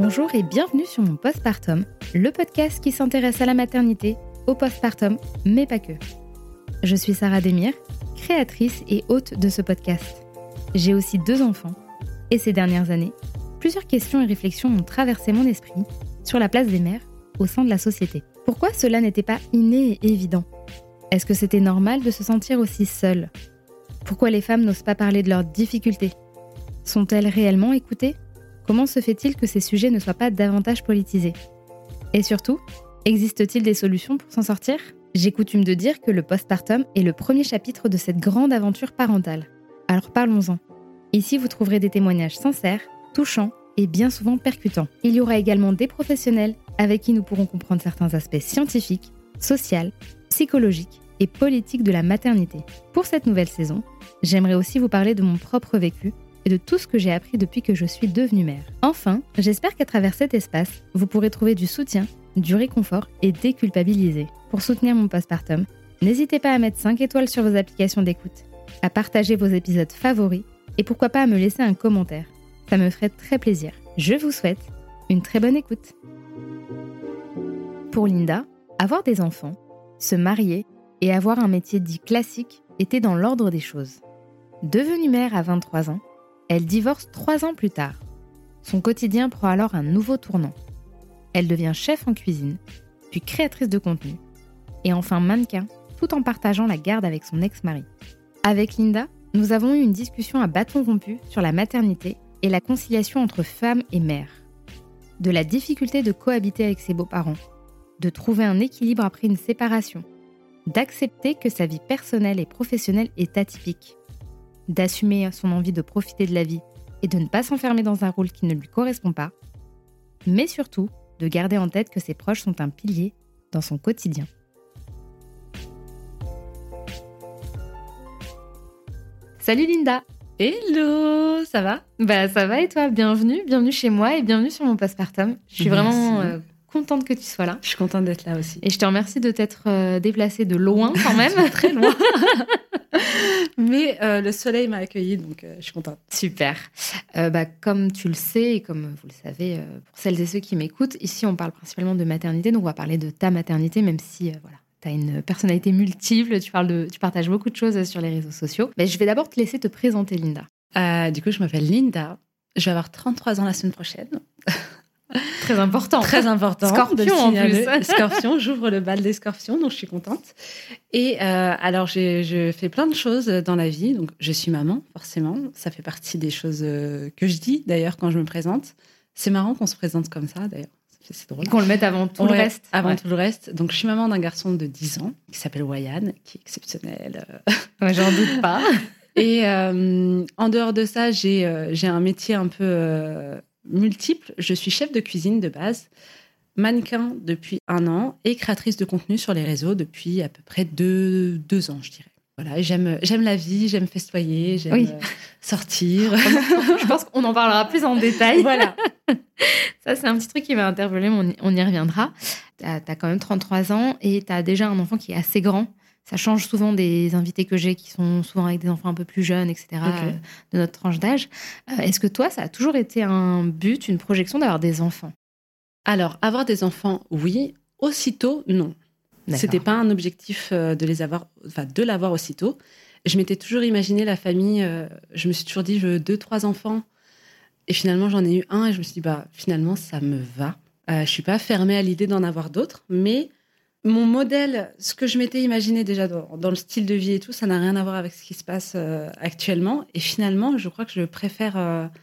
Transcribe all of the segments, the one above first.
Bonjour et bienvenue sur mon Postpartum, le podcast qui s'intéresse à la maternité, au postpartum, mais pas que. Je suis Sarah Demir, créatrice et hôte de ce podcast. J'ai aussi 2 enfants, et ces dernières années, plusieurs questions et réflexions ont traversé mon esprit sur la place des mères au sein de la société. Pourquoi cela n'était pas inné et évident ? Est-ce que c'était normal de se sentir aussi seule ? Pourquoi les femmes n'osent pas parler de leurs difficultés ? Sont-elles réellement écoutées ? Comment se fait-il que ces sujets ne soient pas davantage politisés ? Et surtout, existe-t-il des solutions pour s'en sortir ? J'ai coutume de dire que le postpartum est le premier chapitre de cette grande aventure parentale. Alors parlons-en. Ici, vous trouverez des témoignages sincères, touchants et bien souvent percutants. Il y aura également des professionnels avec qui nous pourrons comprendre certains aspects scientifiques, sociaux, psychologiques et politiques de la maternité. Pour cette nouvelle saison, j'aimerais aussi vous parler de mon propre vécu et de tout ce que j'ai appris depuis que je suis devenue mère. Enfin, j'espère qu'à travers cet espace, vous pourrez trouver du soutien, du réconfort et déculpabiliser. Pour soutenir mon postpartum, n'hésitez pas à mettre 5 étoiles sur vos applications d'écoute, à partager vos épisodes favoris et pourquoi pas à me laisser un commentaire. Ça me ferait très plaisir. Je vous souhaite une très bonne écoute. Pour Linda, avoir des enfants, se marier et avoir un métier dit classique était dans l'ordre des choses. Devenue mère à 23 ans, elle divorce 3 ans plus tard. Son quotidien prend alors un nouveau tournant. Elle devient chef en cuisine, puis créatrice de contenu, et enfin mannequin, tout en partageant la garde avec son ex-mari. Avec Linda, nous avons eu une discussion à bâton rompu sur la maternité et la conciliation entre femme et mère. De la difficulté de cohabiter avec ses beaux-parents, de trouver un équilibre après une séparation, d'accepter que sa vie personnelle et professionnelle est atypique, d'assumer son envie de profiter de la vie et de ne pas s'enfermer dans un rôle qui ne lui correspond pas, mais surtout de garder en tête que ses proches sont un pilier dans son quotidien. Salut Linda! Hello, ça va ? Ça va et toi ? Bienvenue chez moi et bienvenue sur mon postpartum. Je suis vraiment contente que tu sois là. Je suis contente d'être là aussi. Et je te remercie de t'être déplacée de loin quand même. Très loin. Mais le soleil m'a accueillie, donc je suis contente. Super. Comme tu le sais et comme vous le savez, pour celles et ceux qui m'écoutent, ici on parle principalement de maternité, donc on va parler de ta maternité, même si tu as une personnalité multiple, tu partages beaucoup de choses sur les réseaux sociaux. Mais je vais d'abord te laisser te présenter, Linda. Du coup, je m'appelle Linda. Je vais avoir 33 ans la semaine prochaine. Très important. Très important. Scorpion en plus. Scorpion, j'ouvre le bal des scorpions, donc je suis contente. Et alors, je fais plein de choses dans la vie. Donc, je suis maman, forcément. Ça fait partie des choses que je dis, d'ailleurs, quand je me présente. C'est marrant qu'on se présente comme ça, d'ailleurs. C'est drôle. Qu'on le mette avant tout le reste. Avant tout le reste. Donc, je suis maman d'un garçon de 10 ans qui s'appelle Wayan, qui est exceptionnel. Ouais, j'en doute pas. Et en dehors de ça, j'ai un métier un peu multiple. Je suis chef de cuisine de base, mannequin depuis 1 an et créatrice de contenu sur les réseaux depuis à peu près 2 ans, je dirais. Voilà, j'aime la vie, j'aime festoyer, j'aime sortir. Je pense qu'on en parlera plus en détail. Voilà. Ça, c'est un petit truc qui m'a interpellée, mais on y reviendra. T'as quand même 33 ans et t'as déjà un enfant qui est assez grand. Ça change souvent des invités que j'ai qui sont souvent avec des enfants un peu plus jeunes, etc., de notre tranche d'âge. Est-ce que toi, ça a toujours été un but, une projection d'avoir des enfants ? Alors, avoir des enfants, oui. Aussitôt, non. D'accord. C'était pas un objectif de l'avoir aussitôt. Je m'étais toujours imaginé la famille. Je me suis toujours dit, je veux 2-3 enfants. Et finalement, j'en ai eu 1 et je me suis dit, finalement, ça me va. Je suis pas fermée à l'idée d'en avoir d'autres, mais mon modèle, ce que je m'étais imaginé déjà dans le style de vie et tout, ça n'a rien à voir avec ce qui se passe actuellement. Et finalement, je crois que je préfère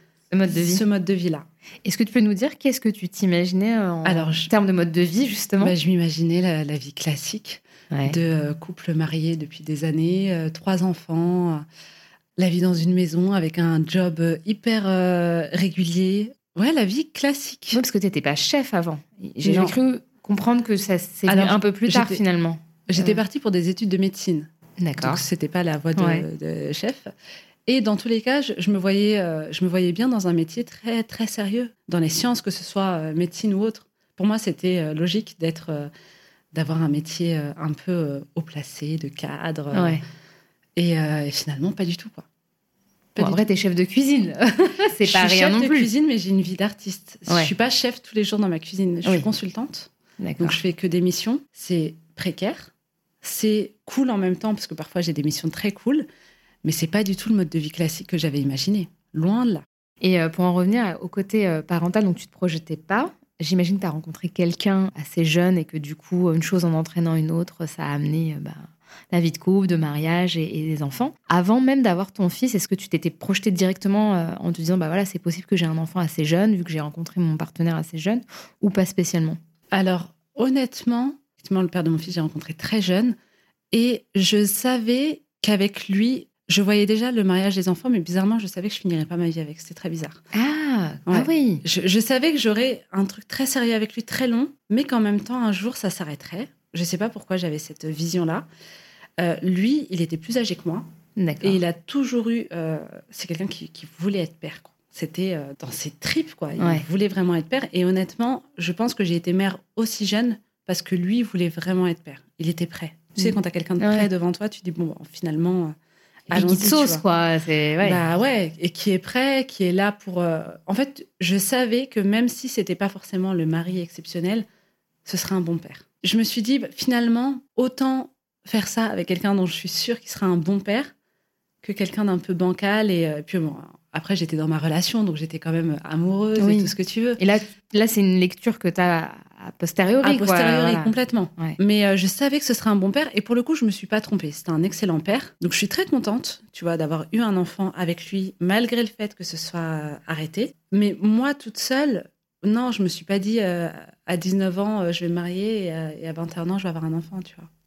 ce mode de vie-là. Est-ce que tu peux nous dire qu'est-ce que tu t'imaginais en termes de mode de vie, justement ? Je m'imaginais la vie classique de couple marié depuis des années, 3 enfants, la vie dans une maison avec un job hyper régulier. Ouais, la vie classique. Oui, parce que tu n'étais pas chef avant. J'ai cru comprendre que ça s'est venu un peu plus tard, finalement. J'étais partie pour des études de médecine. D'accord. Donc, c'était pas la voie de chef. Et dans tous les cas, je me voyais bien dans un métier très, très sérieux, dans les sciences, que ce soit médecine ou autre. Pour moi, c'était logique d'avoir un métier un peu haut placé, de cadre. Et finalement, pas du tout, quoi. Pas en du vrai, tout. t'es chef de cuisine. C'est pas rien non Je suis chef de plus. cuisine, mais j'ai une vie d'artiste. Ouais. Je suis pas chef tous les jours dans ma cuisine. Je suis consultante. D'accord. Donc, je fais que des missions. C'est précaire. C'est cool en même temps, parce que parfois, j'ai des missions très cool. Mais c'est pas du tout le mode de vie classique que j'avais imaginé. Loin de là. Et pour en revenir au côté parental, donc tu te projetais pas. J'imagine que tu as rencontré quelqu'un assez jeune et que du coup, une chose en entraînant une autre, ça a amené la vie de couple, de mariage et des enfants. Avant même d'avoir ton fils, est-ce que tu t'étais projetée directement en te disant, voilà, c'est possible que j'ai un enfant assez jeune, vu que j'ai rencontré mon partenaire assez jeune, ou pas spécialement? Alors, honnêtement, le père de mon fils, j'ai rencontré très jeune. Et je savais qu'avec lui, je voyais déjà le mariage des enfants, mais bizarrement, je savais que je finirais pas ma vie avec. C'était très bizarre. Ah Ouais. Oui. Je savais que j'aurais un truc très sérieux avec lui, très long, mais qu'en même temps, un jour, ça s'arrêterait. Je sais pas pourquoi j'avais cette vision-là. Lui, il était plus âgé que moi. D'accord. Et il a toujours eu... c'est quelqu'un qui voulait être père, quoi. C'était dans ses tripes, quoi. Il voulait vraiment être père. Et honnêtement, je pense que j'ai été mère aussi jeune parce que lui voulait vraiment être père. Il était prêt. Tu sais, quand t'as quelqu'un de prêt devant toi, tu dis, finalement... Et qui te sauce, quoi. C'est... Ouais. Et qui est prêt, qui est là pour... En fait, je savais que même si c'était pas forcément le mari exceptionnel, ce serait un bon père. Je me suis dit, finalement, autant faire ça avec quelqu'un dont je suis sûre qu'il sera un bon père que quelqu'un d'un peu bancal. Et puis bon, après, j'étais dans ma relation, donc j'étais quand même amoureuse et tout ce que tu veux. Et là c'est une lecture que tu as a posteriori. A posteriori, voilà. Complètement. Ouais. Mais je savais que ce serait un bon père. Et pour le coup, je me suis pas trompée. C'était un excellent père. Donc, je suis très contente, tu vois, d'avoir eu un enfant avec lui, malgré le fait que ce soit arrêté. Mais moi, toute seule, non, je me suis pas dit à 19 ans, je vais me marier et à 21 ans, je vais avoir un enfant, tu vois.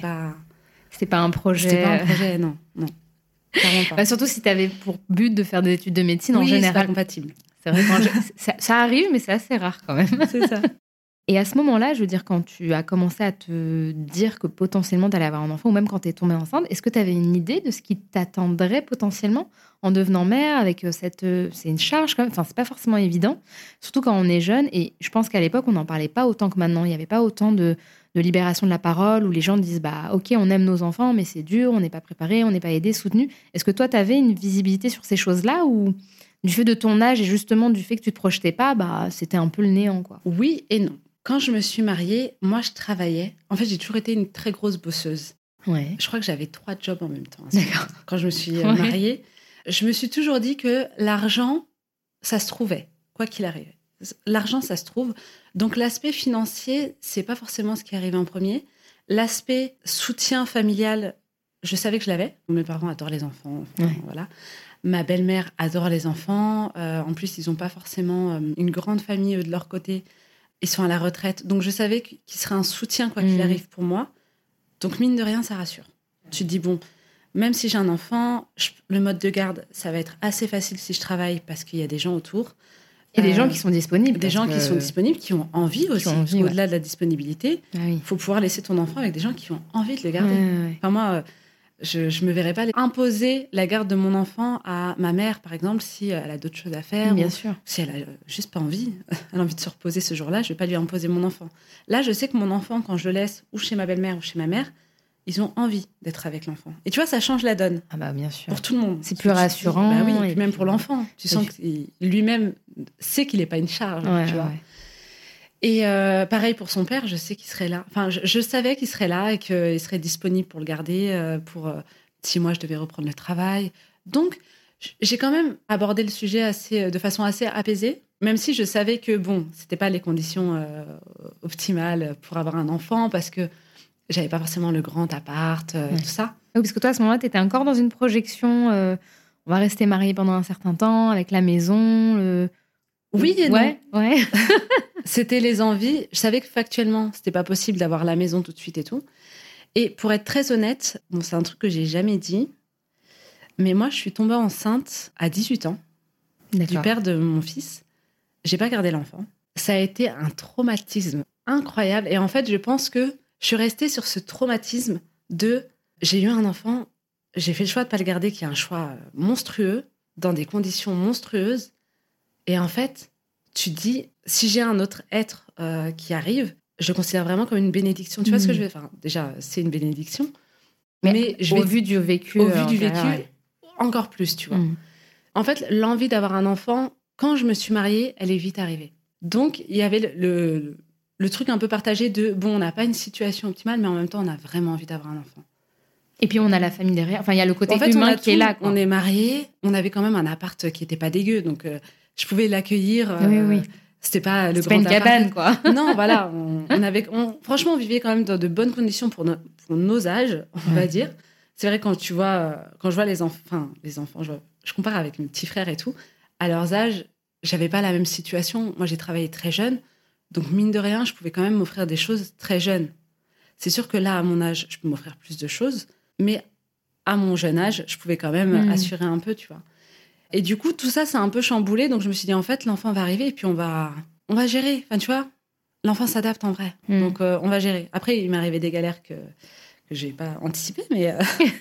C'était pas un projet. C'était pas un projet, non. Clairement pas. Surtout si tu avais pour but de faire des études de médecine, en général. C'est pas compatible. C'est vrai, ça arrive, mais c'est assez rare quand même. C'est ça. Et à ce moment-là, je veux dire, quand tu as commencé à te dire que potentiellement tu allais avoir un enfant, ou même quand tu es tombée enceinte, est-ce que tu avais une idée de ce qui t'attendrait potentiellement en devenant mère avec cette... c'est une charge quand même, enfin, c'est pas forcément évident, surtout quand on est jeune. Et je pense qu'à l'époque, on n'en parlait pas autant que maintenant. Il n'y avait pas autant de libération de la parole où les gens disent, ok, on aime nos enfants, mais c'est dur, on n'est pas préparé, on n'est pas aidé, soutenu. Est-ce que toi, tu avais une visibilité sur ces choses-là ou du fait de ton âge et justement du fait que tu te projetais pas, c'était un peu le néant, quoi? Oui et non. Quand je me suis mariée, moi, je travaillais. En fait, j'ai toujours été une très grosse bosseuse. Ouais. Je crois que j'avais 3 jobs en même temps. D'accord. Quand je me suis mariée, je me suis toujours dit que l'argent, ça se trouvait, quoi qu'il arrive. L'argent, ça se trouve. Donc, l'aspect financier, c'est pas forcément ce qui arrivait en premier. L'aspect soutien familial, je savais que je l'avais. Mes parents adorent les enfants. Voilà. Ma belle-mère adore les enfants. En plus, ils n'ont pas forcément une grande famille de leur côté. Ils sont à la retraite. Donc, je savais qu'il serait un soutien, quoi qu'il arrive pour moi. Donc, mine de rien, ça rassure. Tu te dis, bon, même si j'ai un enfant, le mode de garde, ça va être assez facile si je travaille parce qu'il y a des gens autour. Et des gens qui sont disponibles. Des gens qui sont disponibles, qui ont envie aussi. Au-delà de la disponibilité, il faut pouvoir laisser ton enfant avec des gens qui ont envie de le garder. Enfin, moi... Je ne me verrais pas imposer la garde de mon enfant à ma mère, par exemple, si elle a d'autres choses à faire. Bien sûr. Si elle a juste pas envie, elle a envie de se reposer ce jour-là, je ne vais pas lui imposer mon enfant. Là, je sais que mon enfant, quand je le laisse ou chez ma belle-mère ou chez ma mère, ils ont envie d'être avec l'enfant. Et tu vois, ça change la donne. Ah bien sûr. Pour tout le monde. C'est plus rassurant. Oui, et puis même pour l'enfant. Tu sens qu'il lui-même sait qu'il n'est pas une charge. Tu vois. Et pareil pour son père, je sais qu'il serait là. Enfin, je savais qu'il serait là et qu'il serait disponible pour le garder si moi je devais reprendre le travail. Donc, j'ai quand même abordé le sujet de façon assez apaisée, même si je savais que c'était pas les conditions optimales pour avoir un enfant parce que j'avais pas forcément le grand appart, tout ça. Oui, parce que toi à ce moment-là, tu étais encore dans une projection. On va rester mariés pendant un certain temps avec la maison. Oui et non. Ouais. C'était les envies. Je savais que factuellement, c'était pas possible d'avoir la maison tout de suite et tout. Et pour être très honnête, c'est un truc que j'ai jamais dit, mais moi, je suis tombée enceinte à 18 ans du père de mon fils. J'ai pas gardé l'enfant. Ça a été un traumatisme incroyable. Et en fait, je pense que je suis restée sur ce traumatisme de j'ai eu un enfant, j'ai fait le choix de pas le garder, qui est un choix monstrueux, dans des conditions monstrueuses. Et en fait, tu dis, si j'ai un autre être qui arrive, je le considère vraiment comme une bénédiction. Tu vois ce que je veux faire? Déjà, c'est une bénédiction. Mais au vu du vécu. Au vu du vécu, encore plus, tu vois. En fait, l'envie d'avoir un enfant, quand je me suis mariée, elle est vite arrivée. Donc, il y avait le truc un peu partagé de, bon, on n'a pas une situation optimale, mais en même temps, on a vraiment envie d'avoir un enfant. Et puis, on a la famille derrière. Enfin, il y a le côté En fait, humain qui est là, quoi. On est mariés, on avait quand même un appart qui n'était pas dégueu, donc je pouvais l'accueillir. Oui. C'était pas le C'est grand pas une cabane, quoi. Non, voilà. Franchement, on vivait quand même dans de bonnes conditions pour nos âges, on va dire. C'est vrai, quand je vois les enfants, je compare avec mes petits frères et tout, à leurs âges, j'avais pas la même situation. Moi, j'ai travaillé très jeune, donc mine de rien, je pouvais quand même m'offrir des choses très jeunes. C'est sûr que là, à mon âge, je peux m'offrir plus de choses, mais à mon jeune âge, je pouvais quand même assurer un peu, tu vois. Et du coup, tout ça, c'est un peu chamboulé, donc je me suis dit, en fait, l'enfant va arriver et puis on va gérer. Enfin, tu vois, l'enfant s'adapte en vrai, donc on va gérer. Après, il m'est arrivé des galères que j'ai pas anticipées, mais...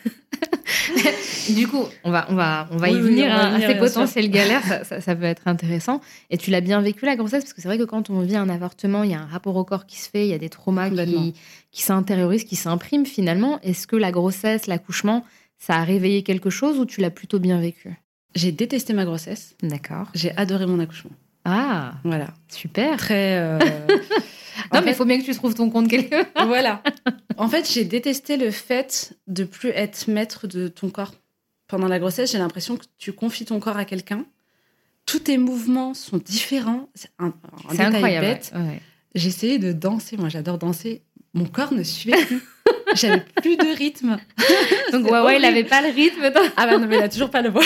Du coup, on va y venir, à ces potentielles galères, ça peut être intéressant. Et tu l'as bien vécu, la grossesse, parce que c'est vrai que quand on vit un avortement, il y a un rapport au corps qui se fait, il y a des traumas qui s'intériorisent, qui s'impriment finalement. Est-ce que la grossesse, l'accouchement, ça a réveillé quelque chose ou tu l'as plutôt bien vécu? J'ai détesté ma grossesse. D'accord. J'ai adoré mon accouchement. Ah, voilà. Super. Très... mais il faut bien que tu trouves ton compte quelque part. Voilà. En fait, j'ai détesté le fait de plus être maître de ton corps. Pendant la grossesse, j'ai l'impression que tu confies ton corps à quelqu'un. Tous tes mouvements sont différents. C'est un détail incroyable. Bête. Ouais. J'ai essayé de danser. Moi, j'adore danser. Mon corps ne suivait plus. J'avais plus de rythme. Donc, il n'avait pas le rythme. Ah bah non, mais il n'a toujours pas le voix.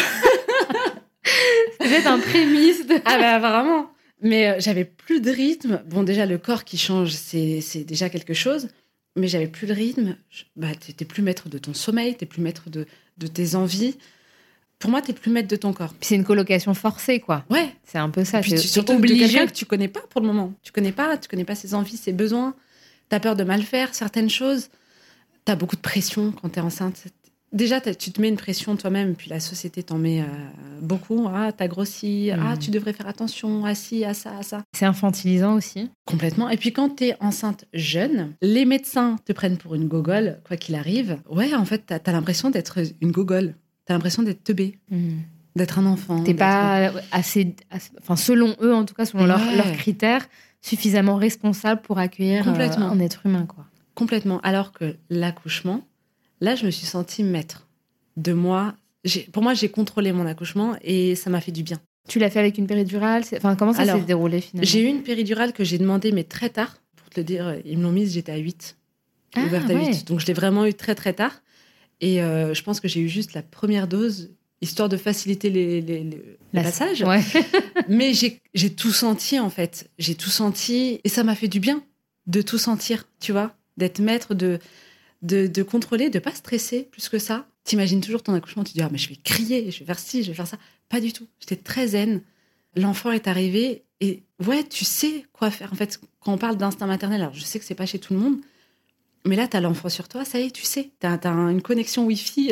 C'est peut-être un prémisse. Ah bah vraiment. Mais j'avais plus de rythme. Bon, déjà, le corps qui change, c'est déjà quelque chose. Mais j'avais plus de rythme. T'es plus maître de ton sommeil, t'es plus maître de tes envies. Pour moi, t'es plus maître de ton corps. Puis c'est une colocation forcée, quoi. Ouais. C'est un peu ça. Puis surtout obligé. Quelqu'un que tu connais pas pour le moment. Tu connais pas ses envies, ses besoins. T'as peur de mal faire certaines choses. T'as beaucoup de pression quand t'es enceinte. Déjà, tu te mets une pression toi-même, puis la société t'en met beaucoup. Ah, t'as grossi. Ah, tu devrais faire attention à ci, à ça, à ça. C'est infantilisant aussi. Complètement. Et puis quand t'es enceinte jeune, les médecins te prennent pour une gogole, quoi qu'il arrive. Ouais, en fait, t'as l'impression d'être une gogole. T'as l'impression d'être teubée, d'être un enfant. T'es pas assez, enfin, selon eux, en tout cas, selon leurs critères, suffisamment responsable pour accueillir un être humain, quoi. Complètement. Alors que l'accouchement, là, je me suis sentie maître de moi. Pour moi, j'ai contrôlé mon accouchement et ça m'a fait du bien. Tu l'as fait avec une péridurale? Comment ça s'est déroulé finalement? J'ai eu une péridurale que j'ai demandée, mais très tard. Pour te le dire, ils me l'ont mise, j'étais à 8. Ouverte à 8. Donc, je l'ai vraiment eu très, très tard. Et je pense que j'ai eu juste la première dose, histoire de faciliter le passage. Ouais. Mais j'ai tout senti, en fait. J'ai tout senti. Et ça m'a fait du bien de tout sentir, tu vois. D'être maître, de contrôler, de pas stresser plus que ça. T'imagines toujours ton accouchement, tu te dis mais je vais crier, je vais faire ci, je vais faire ça. Pas du tout. J'étais très zen. L'enfant est arrivé et ouais, tu sais quoi faire. En fait, quand on parle d'instinct maternel, alors je sais que c'est pas chez tout le monde, mais là t'as l'enfant sur toi, ça y est, tu sais, t'as une connexion Wi-Fi.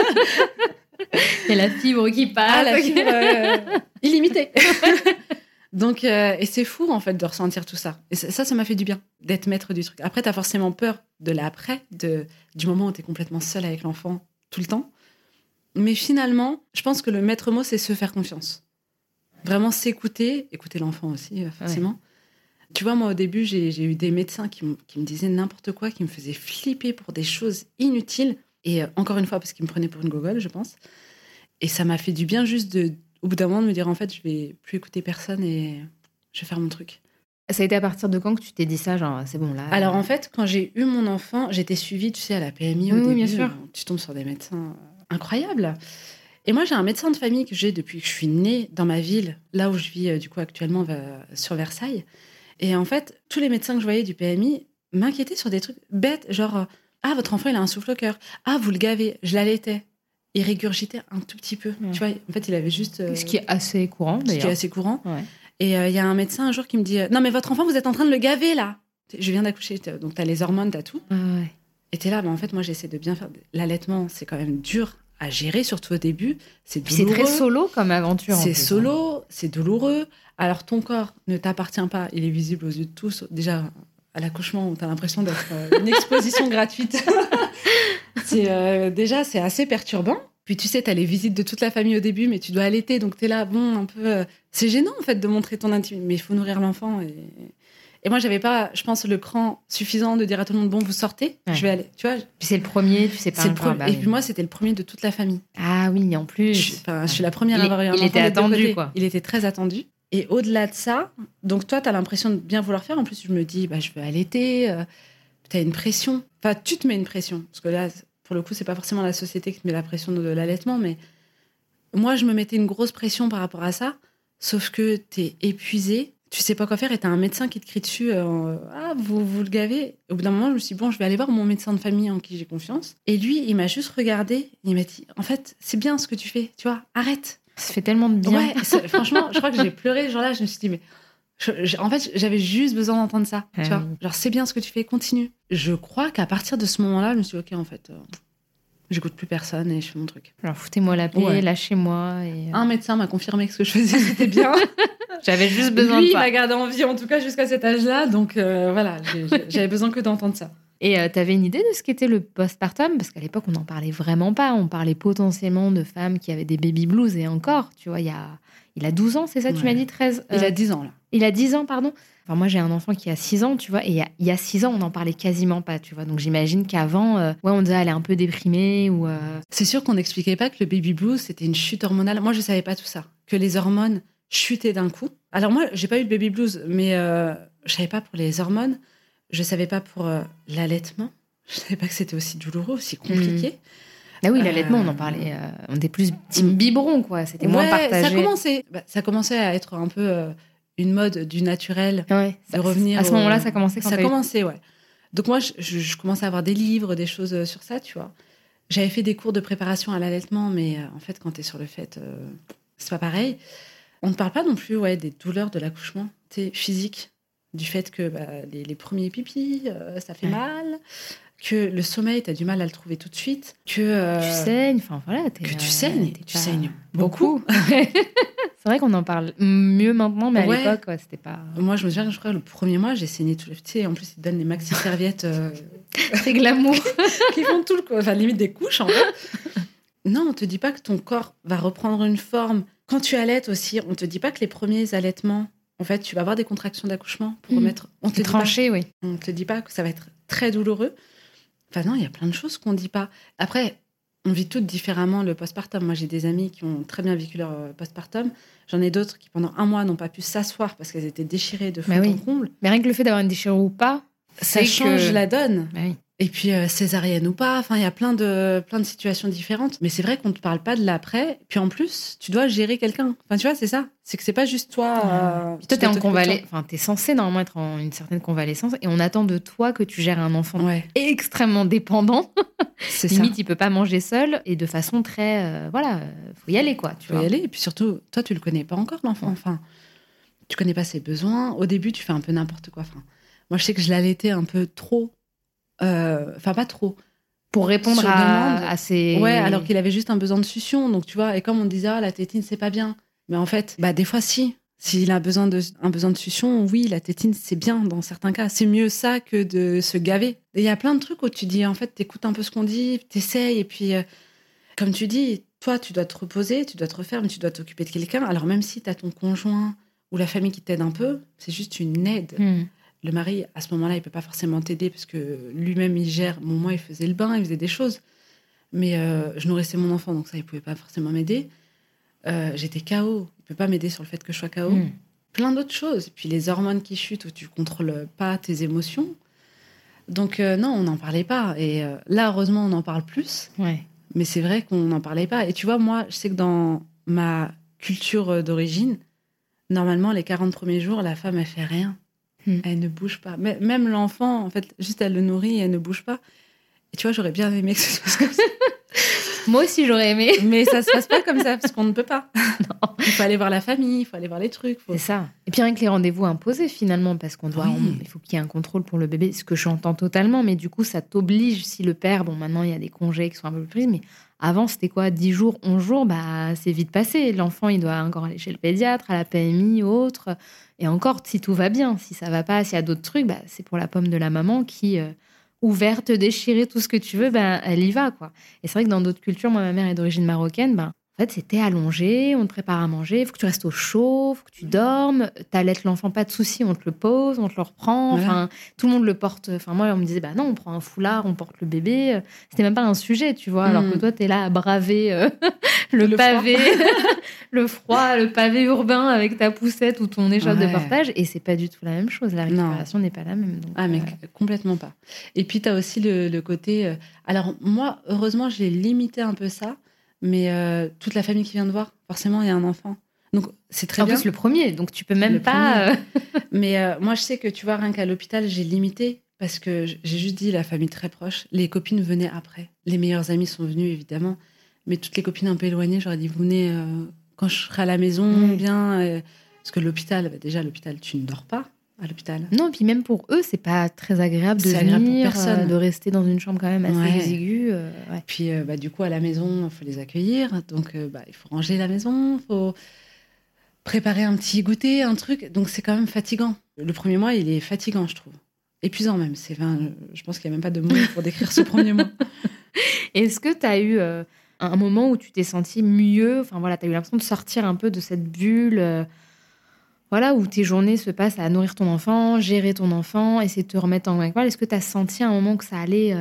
Et la fibre qui passe. Ah, la fibre illimitée. Donc, et c'est fou, en fait, de ressentir tout ça. Et ça m'a fait du bien, d'être maître du truc. Après, t'as forcément peur de l'après, du moment où t'es complètement seule avec l'enfant tout le temps. Mais finalement, je pense que le maître mot, c'est se faire confiance. Vraiment s'écouter, écouter l'enfant aussi, forcément. Ouais. Tu vois, moi, au début, j'ai eu des médecins qui me disaient n'importe quoi, qui me faisaient flipper pour des choses inutiles. Et encore une fois, parce qu'ils me prenaient pour une gogole, je pense. Et ça m'a fait du bien juste au bout d'un moment, de me dire, en fait, je vais plus écouter personne et je vais faire mon truc. Ça a été à partir de quand que tu t'es dit ça, genre, c'est bon, là... Alors, en fait, quand j'ai eu mon enfant, j'étais suivie, tu sais, à la PMI au début. Oui, bien sûr. Tu tombes sur des médecins incroyables. Et moi, j'ai un médecin de famille que j'ai depuis que je suis née dans ma ville, là où je vis, du coup, actuellement, sur Versailles. Et en fait, tous les médecins que je voyais du PMI m'inquiétaient sur des trucs bêtes, genre, ah, votre enfant, il a un souffle au cœur. Ah, vous le gavez. Je l'allaitais. Il régurgitait un tout petit peu. Tu vois, en fait, il avait juste... Ce qui est assez courant, d'ailleurs. Ce qui est assez courant. Ouais. Et il y a un médecin un jour qui me dit non, mais votre enfant, vous êtes en train de le gaver, là. Je viens d'accoucher, donc t'as les hormones, t'as tout. Ouais. Et t'es là, en fait, moi, j'essaie de bien faire... L'allaitement, c'est quand même dur à gérer, surtout au début. C'est douloureux. C'est très solo comme aventure. C'est solo, c'est douloureux. Alors, ton corps ne t'appartient pas. Il est visible aux yeux de tous. Déjà, à l'accouchement, t'as l'impression d'être une exposition gratuite. Déjà, c'est assez perturbant. Puis tu sais, t'as les visites de toute la famille au début, mais tu dois allaiter, donc t'es là, bon, un peu... C'est gênant, en fait, de montrer ton intimité, mais il faut nourrir l'enfant. Et moi, j'avais pas, je pense, le cran suffisant de dire à tout le monde, bon, vous sortez, je vais aller, tu vois. Puis c'est le premier, tu sais pas encore. Et puis moi, c'était le premier de toute la famille. Ah oui, en plus. Je suis la première à avoir eu un enfant. Il était attendu, quoi. Il était très attendu. Et au-delà de ça, donc toi, t'as l'impression de bien vouloir faire. En plus, je me dis, je veux allaiter. T'as une pression. Enfin, tu te mets une pression. Parce que là, pour le coup, c'est pas forcément la société qui te met la pression de l'allaitement, mais moi, je me mettais une grosse pression par rapport à ça. Sauf que t'es épuisée, tu sais pas quoi faire et t'as un médecin qui te crie dessus. Vous le gavez. Au bout d'un moment, je me suis dit, bon, je vais aller voir mon médecin de famille en qui j'ai confiance. Et lui, il m'a juste regardé. Il m'a dit, en fait, c'est bien ce que tu fais. Tu vois, arrête. Ça fait tellement de bien. Ouais, franchement, je crois que j'ai pleuré. Genre là, je me suis dit, mais en fait, j'avais juste besoin d'entendre ça. Tu vois, genre, c'est bien ce que tu fais, continue. Je crois qu'à partir de ce moment-là, je me suis dit, ok, en fait, j'écoute plus personne et je fais mon truc. Alors, foutez-moi la paix, lâchez-moi. Un médecin m'a confirmé que ce que je faisais, c'était bien. J'avais juste besoin de toi. ça. Il m'a gardé en vie, en tout cas, jusqu'à cet âge-là. Donc, voilà, j'avais besoin que d'entendre ça. Et t'avais une idée de ce qu'était le postpartum? Parce qu'à l'époque, on n'en parlait vraiment pas. On parlait potentiellement de femmes qui avaient des baby blues. Et encore, tu vois, il a 12 ans, c'est ça, tu m'as dit 13 Il a 10 ans, là. Il a 10 ans, pardon. Enfin, moi, j'ai un enfant qui a 6 ans, tu vois. Et il y a 6 ans, on n'en parlait quasiment pas, tu vois. Donc, j'imagine qu'avant, on disait, elle est un peu déprimée ou... C'est sûr qu'on n'expliquait pas que le baby blues, c'était une chute hormonale. Moi, je savais pas tout ça. Que les hormones chutaient d'un coup. Alors moi, j'ai pas eu le baby blues, mais je savais pas pour les hormones. Je savais pas pour l'allaitement. Je savais pas que c'était aussi douloureux, aussi compliqué. Ah oui, l'allaitement, on en parlait. On était plus team biberon, quoi. C'était moins partagé. Ça commençait à être un peu une mode du naturel, de revenir. À ce moment-là, ça commençait. Ça commençait, ouais. Donc moi, je commençais à avoir des livres, des choses sur ça, tu vois. J'avais fait des cours de préparation à l'allaitement, mais en fait, quand t'es sur le fait, c'est pas pareil. On ne parle pas non plus, des douleurs de l'accouchement, physiques. Du fait que les premiers pipis, ça fait mal, que le sommeil, tu as du mal à le trouver tout de suite, que tu saignes, enfin voilà. Que tu saignes, tu saignes beaucoup. C'est vrai qu'on en parle mieux maintenant, mais à l'époque, c'était pas... Moi, je me souviens, je crois, le premier mois, j'ai saigné tout le... Tu sais, en plus, ils te donnent des maxi-serviettes... C'est glamour. Qui font tout le... Enfin, limite des couches, en fait. Non, on te dit pas que ton corps va reprendre une forme. Quand tu allaites aussi, on te dit pas que les premiers allaitements... En fait, tu vas avoir des contractions d'accouchement pour remettre... On te tranché, oui. On te dit pas que ça va être très douloureux. Enfin non, il y a plein de choses qu'on dit pas. Après, on vit toutes différemment le postpartum. Moi, j'ai des amis qui ont très bien vécu leur postpartum. J'en ai d'autres qui, pendant un mois, n'ont pas pu s'asseoir parce qu'elles étaient déchirées de fond en comble. Mais rien que le fait d'avoir une déchirure ou pas, ça change la donne. Oui. Et puis, césarienne ou pas, enfin, il y a plein de situations différentes. Mais c'est vrai qu'on ne te parle pas de l'après. Puis en plus, tu dois gérer quelqu'un. Enfin, tu vois, c'est ça. C'est que c'est pas juste toi... toi, t'es en convalescence. Enfin, t'es censé normalement être en une certaine convalescence. Et on attend de toi que tu gères un enfant extrêmement dépendant. C'est limite, ça. Il peut pas manger seul. Et de façon très... faut y aller, quoi. Faut y aller. Et puis surtout, toi, tu le connais pas encore, l'enfant. Enfin, tu connais pas ses besoins. Au début, tu fais un peu n'importe quoi. Enfin, moi, je sais que je l'allaitais un peu trop... Enfin, pas trop. Pour répondre à ses... Ouais, alors qu'il avait juste un besoin de succion. Donc, tu vois, et comme on disait, la tétine, c'est pas bien. Mais en fait, des fois, si. S'il a un besoin de succion, oui, la tétine, c'est bien dans certains cas. C'est mieux ça que de se gaver. Et il y a plein de trucs où tu dis, en fait, t'écoutes un peu ce qu'on dit, t'essayes. Et puis, comme tu dis, toi, tu dois te reposer, tu dois te refaire, mais tu dois t'occuper de quelqu'un. Alors, même si t'as ton conjoint ou la famille qui t'aide un peu, c'est juste une aide. Le mari, à ce moment-là, il peut pas forcément t'aider parce que lui-même, il gère. Bon, moi, il faisait le bain, il faisait des choses. Mais je nourrissais mon enfant, donc ça, il pouvait pas forcément m'aider. J'étais KO. Il peut pas m'aider sur le fait que je sois KO. Plein d'autres choses. Et puis les hormones qui chutent où tu contrôles pas tes émotions. Donc non, on n'en parlait pas. Et là, heureusement, on en parle plus. Ouais. Mais c'est vrai qu'on n'en parlait pas. Et tu vois, moi, je sais que dans ma culture d'origine, normalement, les 40 premiers jours, la femme, elle fait rien. Elle ne bouge pas. Même l'enfant, en fait, juste elle le nourrit et elle ne bouge pas. Et tu vois, j'aurais bien aimé que ce soit comme ça. Moi aussi, j'aurais aimé. Mais ça se passe pas comme ça, parce qu'on ne peut pas. Non. Il faut aller voir la famille, il faut aller voir les trucs. C'est ça. Et puis rien que les rendez-vous imposés, finalement, parce qu'on doit... il faut qu'il y ait un contrôle pour le bébé, ce que j'entends totalement, mais du coup, ça t'oblige, si le père... Bon, maintenant, il y a des congés qui sont un peu plus pris, mais avant, c'était quoi, 10 jours, 11 jours, c'est vite passé. L'enfant, il doit encore aller chez le pédiatre, à la PMI, autre... Et encore, si tout va bien, si ça va pas, s'il y a d'autres trucs, c'est pour la pomme de la maman qui ouverte, déchirée, tout ce que tu veux, ben, elle y va, quoi. Et c'est vrai que dans d'autres cultures, moi, ma mère est d'origine marocaine, ben, en fait, c'était allongé, on te prépare à manger, il faut que tu restes au chaud, il faut que tu dormes, t'allaites l'enfant, pas de souci, on te le pose, on te le reprend, Voilà. enfin, tout le monde le porte. Enfin, moi, on me disait, bah non, on prend un foulard, on porte le bébé. C'était même pas un sujet, tu vois, alors que toi, t'es là à braver le pavé, le froid, le pavé urbain avec ta poussette ou ton échoppe de portage, et c'est pas du tout la même chose. La récupération n'est pas la même. Donc, mais complètement pas. Et puis, t'as aussi le côté... Alors, moi, heureusement, j'ai limité un peu ça. Mais toute la famille qui vient de voir, forcément, il y a un enfant. Donc, c'est très bien. En plus, le premier, donc tu peux même pas... Mais moi, je sais que, tu vois, rien qu'à l'hôpital, j'ai limité parce que j'ai juste dit la famille très proche. Les copines venaient après. Les meilleures amies sont venues, évidemment. Mais toutes les copines un peu éloignées, j'aurais dit, vous venez quand je serai à la maison, bien. Parce que l'hôpital, déjà, l'hôpital, tu ne dors pas à l'hôpital. Non, puis même pour eux, c'est pas très agréable de venir, de rester dans une chambre quand même assez exiguë. Puis, du coup, à la maison, il faut les accueillir. Donc, il faut ranger la maison, il faut préparer un petit goûter, un truc. Donc, c'est quand même fatigant. Le premier mois, il est fatigant, je trouve. Épuisant même. Je pense qu'il n'y a même pas de mots pour décrire ce premier mois. Est-ce que tu as eu un moment où tu t'es sentie mieux? Enfin, voilà, tu as eu l'impression de sortir un peu de cette bulle voilà, où tes journées se passent à nourrir ton enfant, gérer ton enfant, essayer de te remettre en main. Est-ce que tu as senti à un moment que ça allait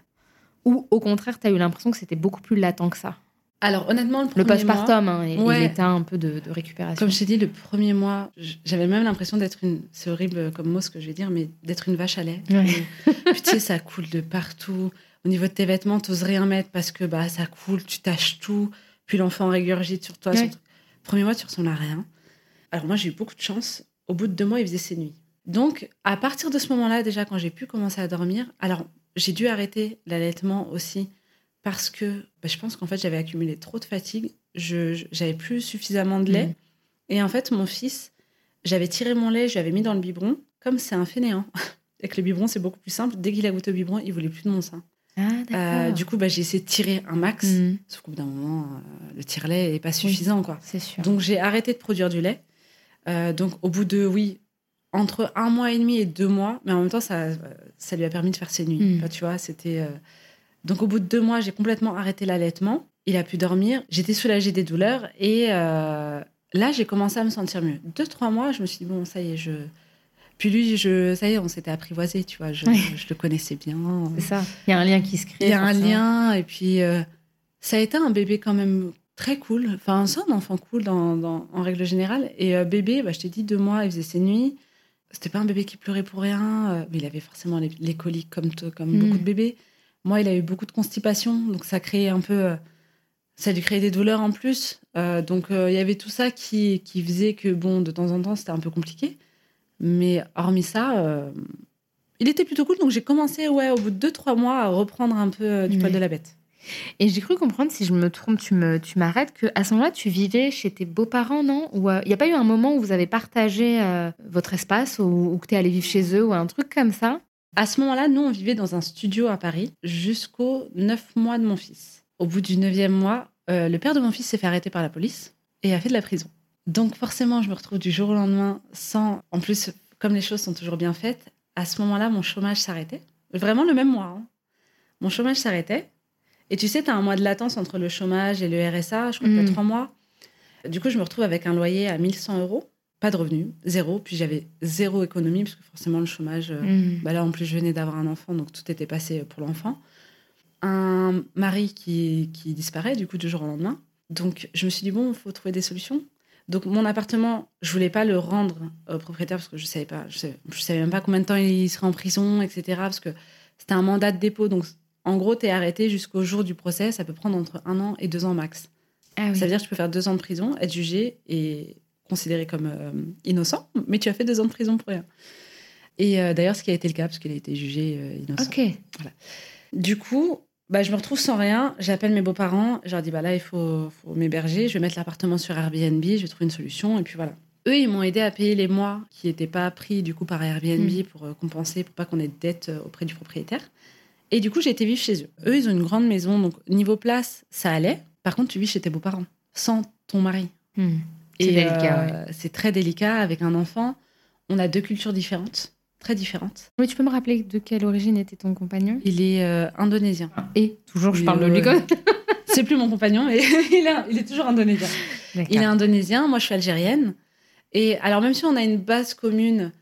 ou au contraire, tu as eu l'impression que c'était beaucoup plus latent que ça? Alors, honnêtement, le postpartum et l'état un peu de récupération. Comme je t'ai dit, le premier mois, j'avais même l'impression d'être c'est horrible comme mot ce que je vais dire, mais d'être une vache à lait. Puis, tu sais, ça coule de partout. Au niveau de tes vêtements, t'oses rien mettre parce que ça coule, tu tâches tout. Puis l'enfant régurgite sur toi. Premier mois, tu ressembles à rien. Alors moi, j'ai eu beaucoup de chance. Au bout de 2 mois, il faisait ses nuits. Donc, à partir de ce moment-là, déjà, quand j'ai pu commencer à dormir, alors j'ai dû arrêter l'allaitement aussi parce que je pense qu'en fait, j'avais accumulé trop de fatigue. J'avais plus suffisamment de lait. Et en fait, mon fils, j'avais tiré mon lait, je l'avais mis dans le biberon. Comme c'est un fainéant, et que le biberon, c'est beaucoup plus simple, dès qu'il a goûté au biberon, il voulait plus de mon sein. Du coup, j'ai essayé de tirer un max. Sauf qu'au bout d'un moment, le tire-lait n'est pas suffisant. Quoi. C'est sûr. Donc, j'ai arrêté de produire du lait. Donc, au bout de, entre 1 mois et demi et 2 mois, mais en même temps, ça lui a permis de faire ses nuits. Enfin, tu vois, c'était... Donc, au bout de 2 mois, j'ai complètement arrêté l'allaitement. Il a pu dormir. J'étais soulagée des douleurs. Et là, j'ai commencé à me sentir mieux. 2-3 mois, je me suis dit, bon, ça y est, Puis lui, ça y est, on s'était apprivoisé, tu vois. Je le connaissais bien. C'est ça. Il y a un lien qui se crée. Il y a un lien. Et puis, ça a été un bébé quand même très cool. Enfin, c'est un enfant cool en règle générale. Et bébé, je t'ai dit 2 mois, il faisait ses nuits. C'était pas un bébé qui pleurait pour rien. Mais il avait forcément les coliques comme beaucoup de bébés. Moi, il a eu beaucoup de constipation. Donc, ça créait un peu... ça lui créait des douleurs en plus. Donc, il y avait tout ça qui faisait que, bon, de temps en temps, c'était un peu compliqué. Mais hormis ça, il était plutôt cool. Donc, j'ai commencé, au bout de 2-3 mois, à reprendre un peu du poil de la bête. Et j'ai cru comprendre, si je me trompe, tu m'arrêtes, qu'à ce moment-là, tu vivais chez tes beaux-parents, non? Ou il n'y a pas eu un moment où vous avez partagé votre espace ou que tu es allée vivre chez eux ou un truc comme ça? À ce moment-là, nous, on vivait dans un studio à Paris jusqu'aux 9 mois de mon fils. Au bout du 9e mois, le père de mon fils s'est fait arrêter par la police et a fait de la prison. Donc forcément, je me retrouve du jour au lendemain sans... En plus, comme les choses sont toujours bien faites, à ce moment-là, mon chômage s'arrêtait. Vraiment le même mois. Hein. Mon chômage s'arrêtait. Et tu sais, tu as un mois de latence entre le chômage et le RSA. Je crois que tu as 3 mois. Du coup, je me retrouve avec un loyer à 1 100 €. Pas de revenus, 0. Puis j'avais 0 économie, parce que forcément, le chômage... là, en plus, je venais d'avoir un enfant, donc tout était passé pour l'enfant. Un mari qui disparaît, du coup, du jour au lendemain. Donc, je me suis dit, bon, il faut trouver des solutions. Donc, mon appartement, je voulais pas le rendre au propriétaire parce que je savais pas. Je savais même pas combien de temps il serait en prison, etc. Parce que c'était un mandat de dépôt. Donc, en gros, tu es arrêté jusqu'au jour du procès. Ça peut prendre entre 1 an et 2 ans max. Ça veut dire que tu peux faire 2 ans de prison, être jugé et considéré comme innocent. Mais tu as fait 2 ans de prison pour rien. Et d'ailleurs, ce qui a été le cas, parce qu'il a été jugé innocent. Ok. Voilà. Du coup... je me retrouve sans rien, j'appelle mes beaux-parents, je leur dis là il faut m'héberger, je vais mettre l'appartement sur Airbnb, je vais trouver une solution et puis voilà. Eux ils m'ont aidé à payer les mois qui n'étaient pas pris du coup par Airbnb pour compenser, pour pas qu'on ait de dette auprès du propriétaire. Et du coup j'ai été vivre chez eux. Eux ils ont une grande maison, donc niveau place ça allait. Par contre tu vis chez tes beaux-parents, sans ton mari. C'est délicat, c'est très délicat avec un enfant. On a 2 cultures différentes. très différentes. Oui, tu peux me rappeler de quelle origine était ton compagnon? Il est indonésien. Et toujours, je parle de lui comme... C'est plus mon compagnon, mais il est toujours indonésien. D'accord. Il est indonésien, moi je suis algérienne. Et alors même si on a une base commune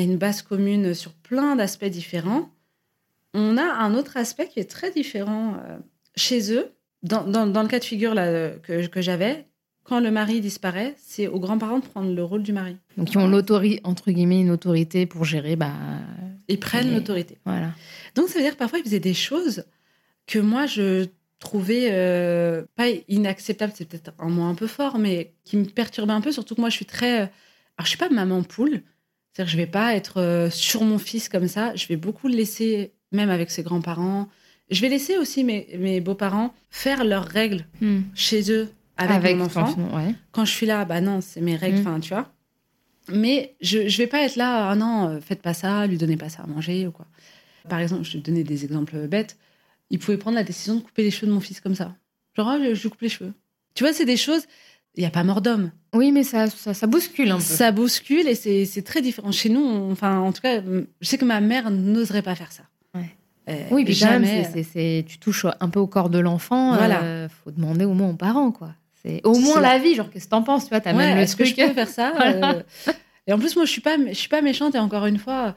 sur plein d'aspects différents, on a un autre aspect qui est très différent chez eux. Dans le cas de figure là, que j'avais, quand le mari disparaît, c'est aux grands-parents de prendre le rôle du mari. Donc ils ont entre guillemets, une autorité pour gérer... Ils prennent l'autorité. Voilà. Donc ça veut dire que parfois ils faisaient des choses que moi je trouvais pas inacceptables, c'est peut-être un mot un peu fort, mais qui me perturbaient un peu, surtout que moi je suis très... Alors je suis pas maman poule, c'est-à-dire que je vais pas être sur mon fils comme ça, je vais beaucoup le laisser, même avec ses grands-parents. Je vais laisser aussi mes beaux-parents faire leurs règles chez eux avec mon enfant. Ouais. Quand je suis là, bah non, c'est mes règles, tu vois. Mais je vais pas être là, ah non, faites pas ça, lui donnez pas ça à manger ou quoi. Par exemple, je vais te donner des exemples bêtes. Il pouvait prendre la décision de couper les cheveux de mon fils comme ça. Genre, je lui coupe les cheveux. Tu vois, c'est des choses, il n'y a pas mort d'homme. Oui, mais ça bouscule un peu. Ça bouscule et c'est très différent. Chez nous, en tout cas, je sais que ma mère n'oserait pas faire ça. Ouais. Oui, puis jamais. Tu touches un peu au corps de l'enfant. Voilà. Faut demander au moins aux parents, quoi. C'est au moins la vie. Genre, qu'est-ce que t'en penses, tu vois, t'as même le est-ce truc. que je peux faire ça Et en plus, moi, je suis pas méchante et encore une fois,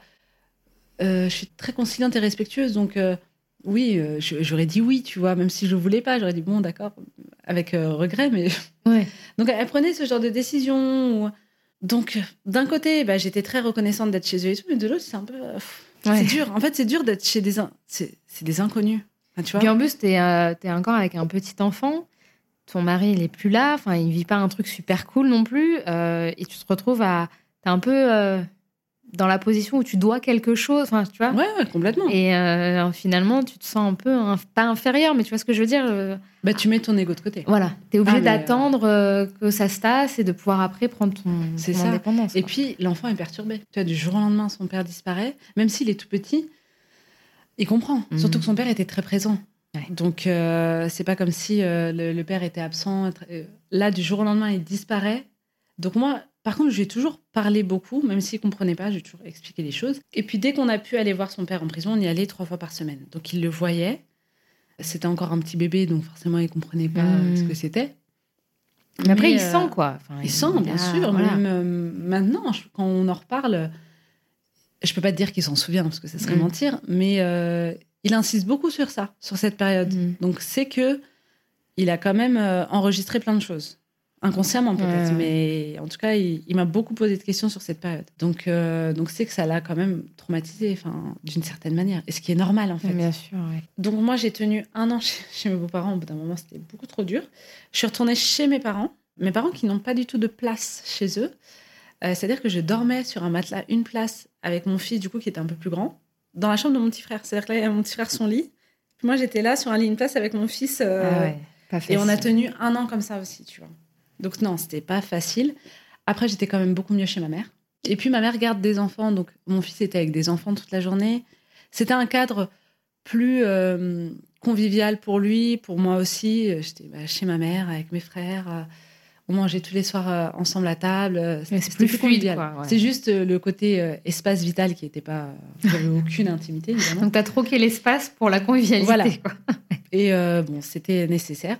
je suis très conciliante et respectueuse. Donc, oui, j'aurais dit oui, tu vois, même si je voulais pas, j'aurais dit bon, d'accord, avec regret, mais. Ouais. Donc, elle prenait ce genre de décision. Donc, d'un côté, j'étais très reconnaissante d'être chez eux et tout, mais de l'autre, c'est un peu. C'est dur. En fait, c'est dur d'être chez c'est des inconnus. Enfin, tu vois. Puis en plus, t'es encore avec un petit enfant. Ton mari, il est plus là. Enfin, il vit pas un truc super cool non plus. Et tu te retrouves t'es un peu dans la position où tu dois quelque chose. Enfin, tu vois. Ouais, complètement. Et finalement, tu te sens un peu pas inférieur, mais tu vois ce que je veux dire. Tu mets ton ego de côté. Voilà. T'es obligé d'attendre que ça se tasse et de pouvoir après prendre ton indépendance. Et puis, l'enfant est perturbé. Tu vois, du jour au lendemain, son père disparaît. Même s'il est tout petit, il comprend. Surtout que son père était très présent. Ouais. Donc, c'est pas comme si le père était absent. Là, du jour au lendemain, il disparaît. Donc moi, par contre, je lui ai toujours parlé beaucoup, même s'il comprenait pas, j'ai toujours expliqué les choses. Et puis, dès qu'on a pu aller voir son père en prison, on y allait 3 fois par semaine. Donc, il le voyait. C'était encore un petit bébé, donc forcément, il comprenait pas ce que c'était. Mais après, il sent, quoi. Enfin, il sent, bien sûr. Voilà. Même maintenant, quand on en reparle, je peux pas te dire qu'il s'en souvient, parce que ça serait mentir, mais il insiste beaucoup sur ça, sur cette période. Donc, c'est que il a quand même enregistré plein de choses. Inconsciemment peut-être, mais en tout cas, il m'a beaucoup posé de questions sur cette période. Donc c'est que ça l'a quand même traumatisé, d'une certaine manière. Et ce qui est normal, en fait. Bien sûr, oui. Donc moi, j'ai tenu 1 an chez mes beaux-parents. Au bout d'un moment, c'était beaucoup trop dur. Je suis retournée chez mes parents qui n'ont pas du tout de place chez eux. C'est-à-dire que je dormais sur un matelas, une place, avec mon fils, du coup, qui était un peu plus grand, dans la chambre de mon petit frère. C'est-à-dire que là, il y a mon petit frère, son lit. Puis moi, j'étais là, sur un lit, une place, avec mon fils. Et on a tenu 1 an comme ça aussi, tu vois. Donc non, c'était pas facile. Après, j'étais quand même beaucoup mieux chez ma mère. Et puis, ma mère garde des enfants. Donc, mon fils était avec des enfants toute la journée. C'était un cadre plus convivial pour lui, pour moi aussi. J'étais chez ma mère, avec mes frères. On mangeait tous les soirs ensemble à table. C'est plus fluide, quoi. Ouais. C'est juste le côté espace vital qui n'était pas... J'avais aucune intimité, évidemment. Donc, tu as troqué l'espace pour la convivialité. Voilà. Quoi. Et c'était nécessaire.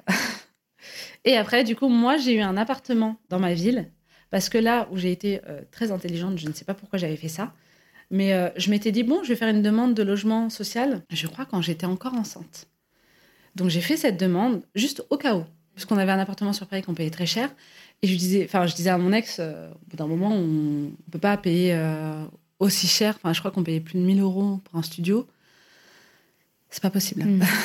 Et après, du coup, moi, j'ai eu un appartement dans ma ville, parce que là où j'ai été très intelligente, je ne sais pas pourquoi j'avais fait ça, mais je m'étais dit, bon, je vais faire une demande de logement social, je crois quand j'étais encore enceinte. Donc, j'ai fait cette demande juste au cas où, parce qu'on avait un appartement sur Paris qu'on payait très cher, et je disais à mon ex, au bout d'un moment, on ne peut pas payer aussi cher, je crois qu'on payait plus de 1 000 € pour un studio. C'est pas possible.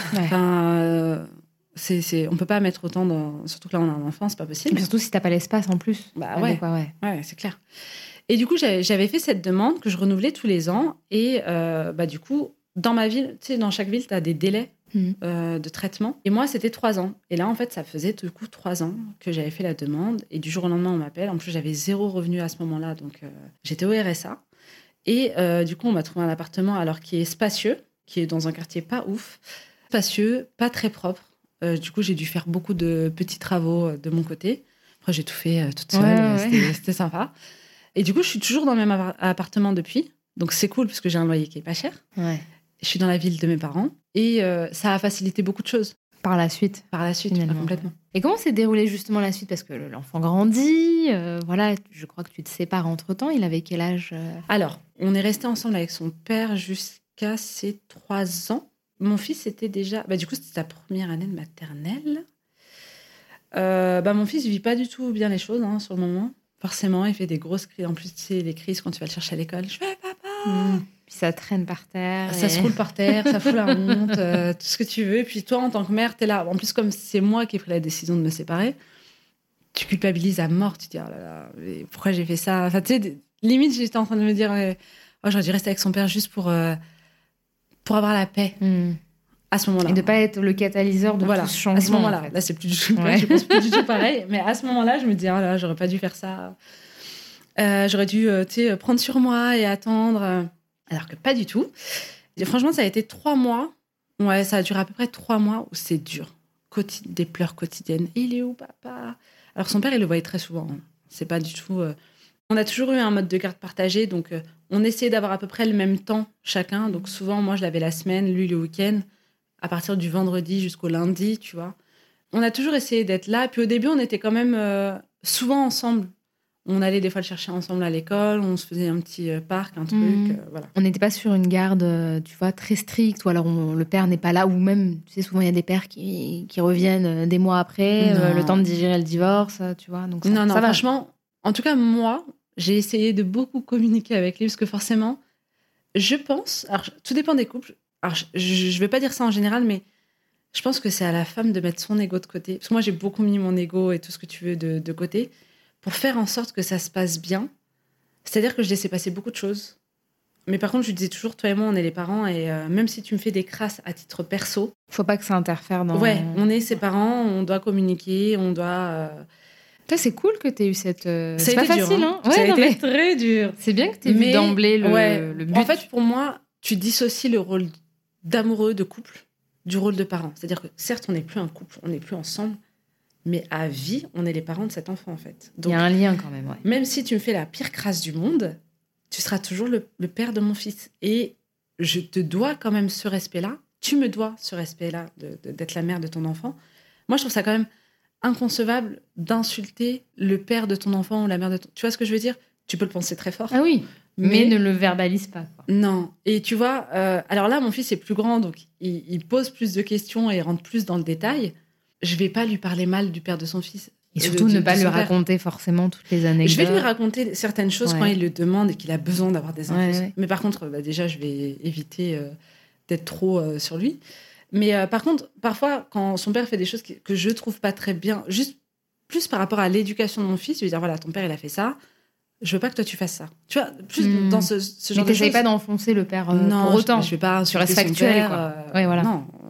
On peut pas mettre autant surtout que là on a un enfant, c'est pas possible. Et surtout si t'as pas l'espace en plus. Ouais, c'est clair. Et du coup j'avais fait cette demande que je renouvelais tous les ans et du coup dans ma ville, tu sais, dans chaque ville t'as des délais de traitement et moi c'était 3 ans et là en fait ça faisait du coup 3 ans que j'avais fait la demande et du jour au lendemain on m'appelle. En plus j'avais 0 revenu à ce moment-là donc j'étais au RSA et du coup on m'a trouvé un appartement alors qui est spacieux, qui est dans un quartier pas ouf, spacieux, pas très propre. Du coup, j'ai dû faire beaucoup de petits travaux de mon côté. Après, j'ai tout fait toute seule. C'était sympa. Et du coup, je suis toujours dans le même appartement depuis. Donc, c'est cool parce que j'ai un loyer qui est pas cher. Ouais. Je suis dans la ville de mes parents. Et ça a facilité beaucoup de choses. Par la suite. Complètement. Et comment s'est déroulée justement la suite? Parce que l'enfant grandit, voilà, je crois que tu te sépares entre-temps. Il avait quel âge? Alors, on est resté ensemble avec son père jusqu'à ses 3 ans. Mon fils était déjà... du coup, c'était sa première année de maternelle. Mon fils ne vit pas du tout bien les choses sur le moment. Forcément, il fait des grosses crises. En plus, tu sais, les crises quand tu vas le chercher à l'école. Je fais papa. Puis ça traîne par terre. Ça se roule par terre, ça fout la honte, tout ce que tu veux. Et puis toi, en tant que mère, t'es là. En plus, comme c'est moi qui ai pris la décision de me séparer, tu culpabilises à mort. Tu te dis, oh là là, pourquoi j'ai fait ça? Enfin, tu sais, limite, j'étais en train de me dire, j'aurais dû rester avec son père juste pour avoir la paix. À ce moment-là. Et de pas être le catalyseur de tout ce changement. À ce moment-là. En fait. Là, c'est plus du tout, je pense plus du tout pareil. Mais à ce moment-là, je me dis, oh là, j'aurais pas dû faire ça. J'aurais dû, prendre sur moi et attendre. Alors que pas du tout. Et franchement, ça a été 3 mois. Ouais, ça a duré à peu près 3 mois où c'est dur. Des pleurs quotidiennes. Il est où, papa? Alors, son père, il le voyait très souvent. C'est pas du tout... On a toujours eu un mode de garde partagé. Donc, on essayait d'avoir à peu près le même temps chacun. Donc, souvent, moi, je l'avais la semaine, lui, le week-end. À partir du vendredi jusqu'au lundi, tu vois. On a toujours essayé d'être là. Puis, au début, on était quand même souvent ensemble. On allait des fois le chercher ensemble à l'école, on se faisait un petit parc, un truc, voilà. On n'était pas sur une garde, tu vois, très stricte, ou alors le père n'est pas là, ou même, tu sais, souvent il y a des pères qui reviennent des mois après, le temps de digérer le divorce, tu vois. Donc ça va. Franchement, en tout cas, moi, j'ai essayé de beaucoup communiquer avec lui, parce que forcément, je pense, alors tout dépend des couples, alors je ne vais pas dire ça en général, mais je pense que c'est à la femme de mettre son ego de côté, parce que moi, j'ai beaucoup mis mon ego et tout ce que tu veux de côté, pour faire en sorte que ça se passe bien. C'est-à-dire que je laissais passer beaucoup de choses. Mais par contre, je lui disais toujours, toi et moi, on est les parents, et même si tu me fais des crasses à titre perso... Faut pas que ça interfère dans... Ouais, on est ses parents, on doit communiquer, on doit... Toi, c'est cool que tu aies eu cette... C'est pas dur, facile, hein. Ouais, ça a été très dur. C'est bien que tu aies vu d'emblée le but. En fait, pour moi, tu dissocies le rôle d'amoureux, de couple, du rôle de parent. C'est-à-dire que, certes, on n'est plus un couple, on n'est plus ensemble, mais à vie, on est les parents de cet enfant, en fait. Donc, il y a un lien quand même, ouais. Même si tu me fais la pire crasse du monde, tu seras toujours le père de mon fils. Et je te dois quand même ce respect-là. Tu me dois ce respect-là d'être la mère de ton enfant. Moi, je trouve ça quand même inconcevable d'insulter le père de ton enfant ou la mère de ton... Tu vois ce que je veux dire? Tu peux le penser très fort. Ah oui, mais ne le verbalise pas, quoi. Non. Et tu vois, alors là, mon fils est plus grand, donc il pose plus de questions et il rentre plus dans le détail. Je vais pas lui parler mal du père de son fils. Et surtout ne pas lui raconter forcément toutes les anecdotes. Je vais lui raconter certaines choses quand il le demande et qu'il a besoin d'avoir des infos. Ouais. Mais par contre, déjà, je vais éviter d'être trop sur lui. Mais par contre, parfois, quand son père fait des choses que je trouve pas très bien, juste plus par rapport à l'éducation de mon fils, je vais dire, voilà, ton père, il a fait ça. Je veux pas que toi, tu fasses ça. Tu vois, plus dans ce genre de choses. Mais t'essayes pas d'enfoncer le père pour autant. Je vais pas insulter son factuel, père. Quoi. Ouais, voilà.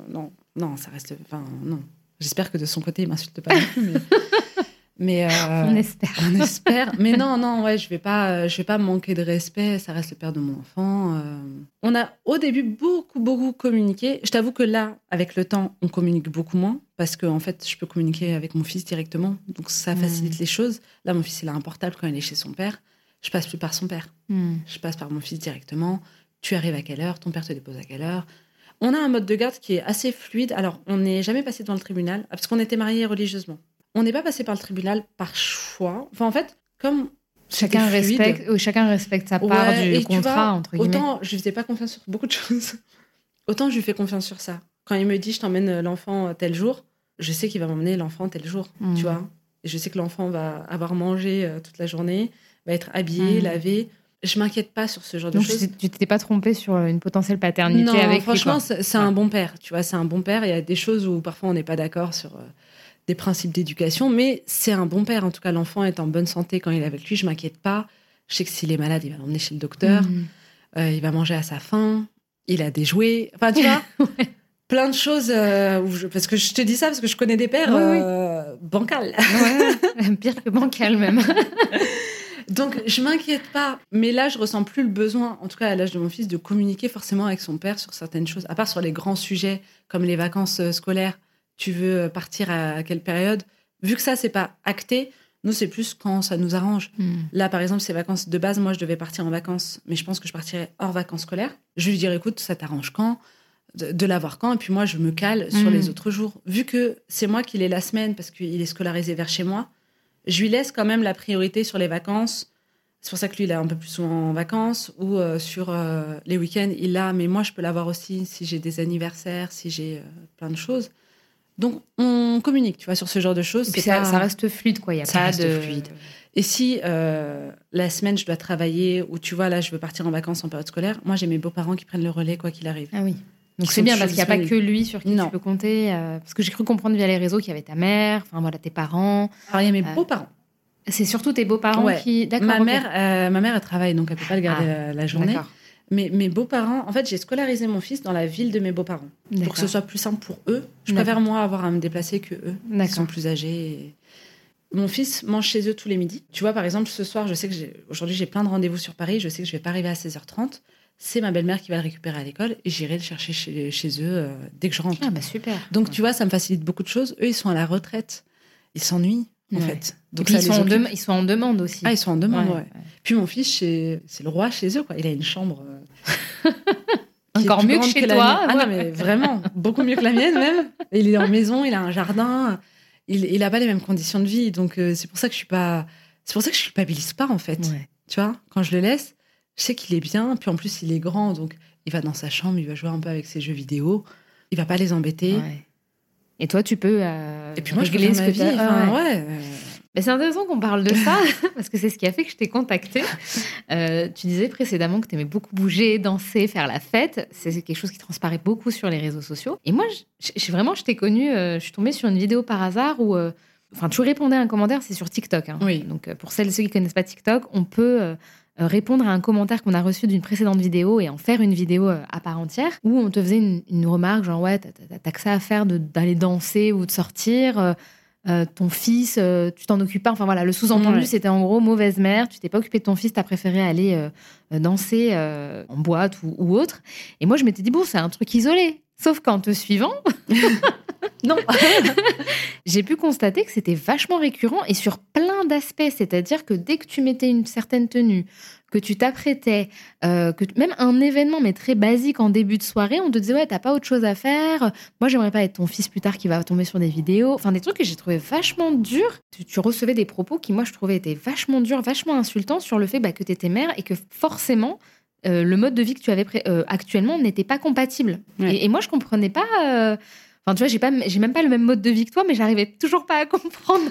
Non, ça reste... Enfin, non. J'espère que de son côté, il m'insulte pas non plus, mais on espère. Mais non, ouais, je vais pas manquer de respect. Ça reste le père de mon enfant. On a au début beaucoup communiqué. Je t'avoue que là, avec le temps, on communique beaucoup moins parce que en fait, je peux communiquer avec mon fils directement, donc ça facilite les choses. Là, mon fils, il a un portable quand il est chez son père. Je passe plus par son père. Je passe par mon fils directement. Tu arrives à quelle heure? Ton père te dépose à quelle heure? On a un mode de garde qui est assez fluide. Alors, on n'est jamais passé devant le tribunal parce qu'on était mariés religieusement. On n'est pas passé par le tribunal par choix. Enfin, en fait, comme chacun respecte sa part du contrat, entre guillemets. Autant je lui faisais pas confiance sur beaucoup de choses, autant je lui fais confiance sur ça. Quand il me dit, je t'emmène l'enfant tel jour, je sais qu'il va m'emmener l'enfant tel jour, tu vois. Et je sais que l'enfant va avoir mangé toute la journée, va être habillé, lavé. Je m'inquiète pas sur ce genre de choses. Donc, tu t'étais pas trompée sur une potentielle paternité non, avec lui. Non, franchement, c'est un bon père. Tu vois, c'est un bon père. Il y a des choses où parfois on n'est pas d'accord sur des principes d'éducation, mais c'est un bon père. En tout cas, l'enfant est en bonne santé quand il est avec lui. Je m'inquiète pas. Je sais que s'il est malade, il va l'emmener chez le docteur. Il va manger à sa faim. Il a des jouets. Enfin, tu vois, plein de choses. Parce que je te dis ça parce que je connais des pères bancals. Ouais, pire que bancal même. Donc, je m'inquiète pas. Mais là, je ressens plus le besoin, en tout cas à l'âge de mon fils, de communiquer forcément avec son père sur certaines choses. À part sur les grands sujets, comme les vacances scolaires. Tu veux partir à quelle période? Vu que ça, c'est pas acté, Nous, c'est plus quand ça nous arrange. Là, par exemple, ces vacances de base, moi, je devais partir en vacances, mais je pense que je partirais hors vacances scolaires. Je lui dirais, écoute, ça t'arrange quand ? De l'avoir quand ? Et puis moi, je me cale sur les autres jours. Vu que c'est moi qui l'ai la semaine, parce qu'il est scolarisé vers chez moi, je lui laisse quand même la priorité sur les vacances. C'est pour ça que lui, il est un peu plus souvent en vacances, ou sur les week-ends, il l'a, mais moi, je peux l'avoir aussi si j'ai des anniversaires, si j'ai plein de choses. Donc, on communique, tu vois, sur ce genre de choses. Et puis ça reste fluide, quoi. Ça reste fluide. Et si la semaine, je dois travailler, ou tu vois, là, je veux partir en vacances en période scolaire, moi, j'ai mes beaux-parents qui prennent le relais, quoi qu'il arrive. Ah oui. Donc c'est bien, parce qu'il n'y a pas que lui sur qui tu peux compter. Parce que j'ai cru comprendre via les réseaux qu'il y avait ta mère, enfin voilà, tes parents. Alors, il y a mes beaux-parents. C'est surtout tes beaux-parents qui... D'accord, ma mère, elle travaille, donc elle ne peut pas le garder la journée. D'accord. Mais mes beaux-parents, en fait, j'ai scolarisé mon fils dans la ville de mes beaux-parents. Pour que ce soit plus simple pour eux. Je préfère, moi, avoir à me déplacer que eux. Ils sont plus âgés. Mon fils mange chez eux tous les midis. Tu vois, par exemple, ce soir, je sais que aujourd'hui, j'ai plein de rendez-vous sur Paris. Je sais que je ne vais pas arriver à 16h30. C'est ma belle-mère qui va le récupérer à l'école et j'irai le chercher chez eux dès que je rentre. Ah bah super. Donc, tu vois, ça me facilite beaucoup de choses. Eux, ils sont à la retraite. Ils s'ennuient, en fait. Donc, ils sont en demande aussi. Ah, ils sont en demande, ouais. Puis mon fils, c'est le roi chez eux, quoi. Il a une chambre... Encore mieux que chez toi. Ah non, mais vraiment, beaucoup mieux que la mienne, même. Et il est en maison, il a un jardin. Il n'a pas les mêmes conditions de vie. Donc, c'est pour ça que je suis pas... C'est pour ça que je culpabilise pas, en fait. Ouais. Tu vois, quand je le laisse, je sais qu'il est bien. Puis en plus, il est grand. Donc, il va dans sa chambre, il va jouer un peu avec ses jeux vidéo. Il va pas les embêter. Ouais. Et toi, tu peux et puis moi, je peux faire ma vie. Mais c'est intéressant qu'on parle de ça, parce que c'est ce qui a fait que je t'ai contactée. Tu disais précédemment que tu aimais beaucoup bouger, danser, faire la fête. C'est quelque chose qui transparaît beaucoup sur les réseaux sociaux. Et moi, je t'ai connue, je suis tombée sur une vidéo par hasard où... tu répondais à un commentaire, c'est sur TikTok. Hein. Oui. Donc, pour ceux qui ne connaissent pas TikTok, on peut... répondre à un commentaire qu'on a reçu d'une précédente vidéo et en faire une vidéo à part entière, où on te faisait une remarque genre ouais, t'as que ça à faire d'aller danser ou de sortir, ton fils, tu t'en occupes pas. Enfin voilà, le sous-entendu c'était en gros mauvaise mère, tu t'es pas occupé de ton fils, t'as préféré aller danser en boîte ou autre. Et moi je m'étais dit bon, c'est un truc isolé. Sauf qu'en te suivant, non, j'ai pu constater que c'était vachement récurrent et sur plein d'aspects. C'est-à-dire que dès que tu mettais une certaine tenue, que tu t'apprêtais, même un événement, mais très basique en début de soirée, on te disait ouais, t'as pas autre chose à faire. Moi, j'aimerais pas être ton fils plus tard qui va tomber sur des vidéos. Enfin, des trucs que j'ai trouvé vachement durs. Tu recevais des propos qui, moi, je trouvais étaient vachement durs, vachement insultants sur le fait que t'étais mère et que forcément... le mode de vie que tu avais actuellement n'était pas compatible. Ouais. Et moi, je comprenais pas... Enfin, tu vois, j'ai même pas le même mode de vie que toi, mais j'arrivais toujours pas à comprendre.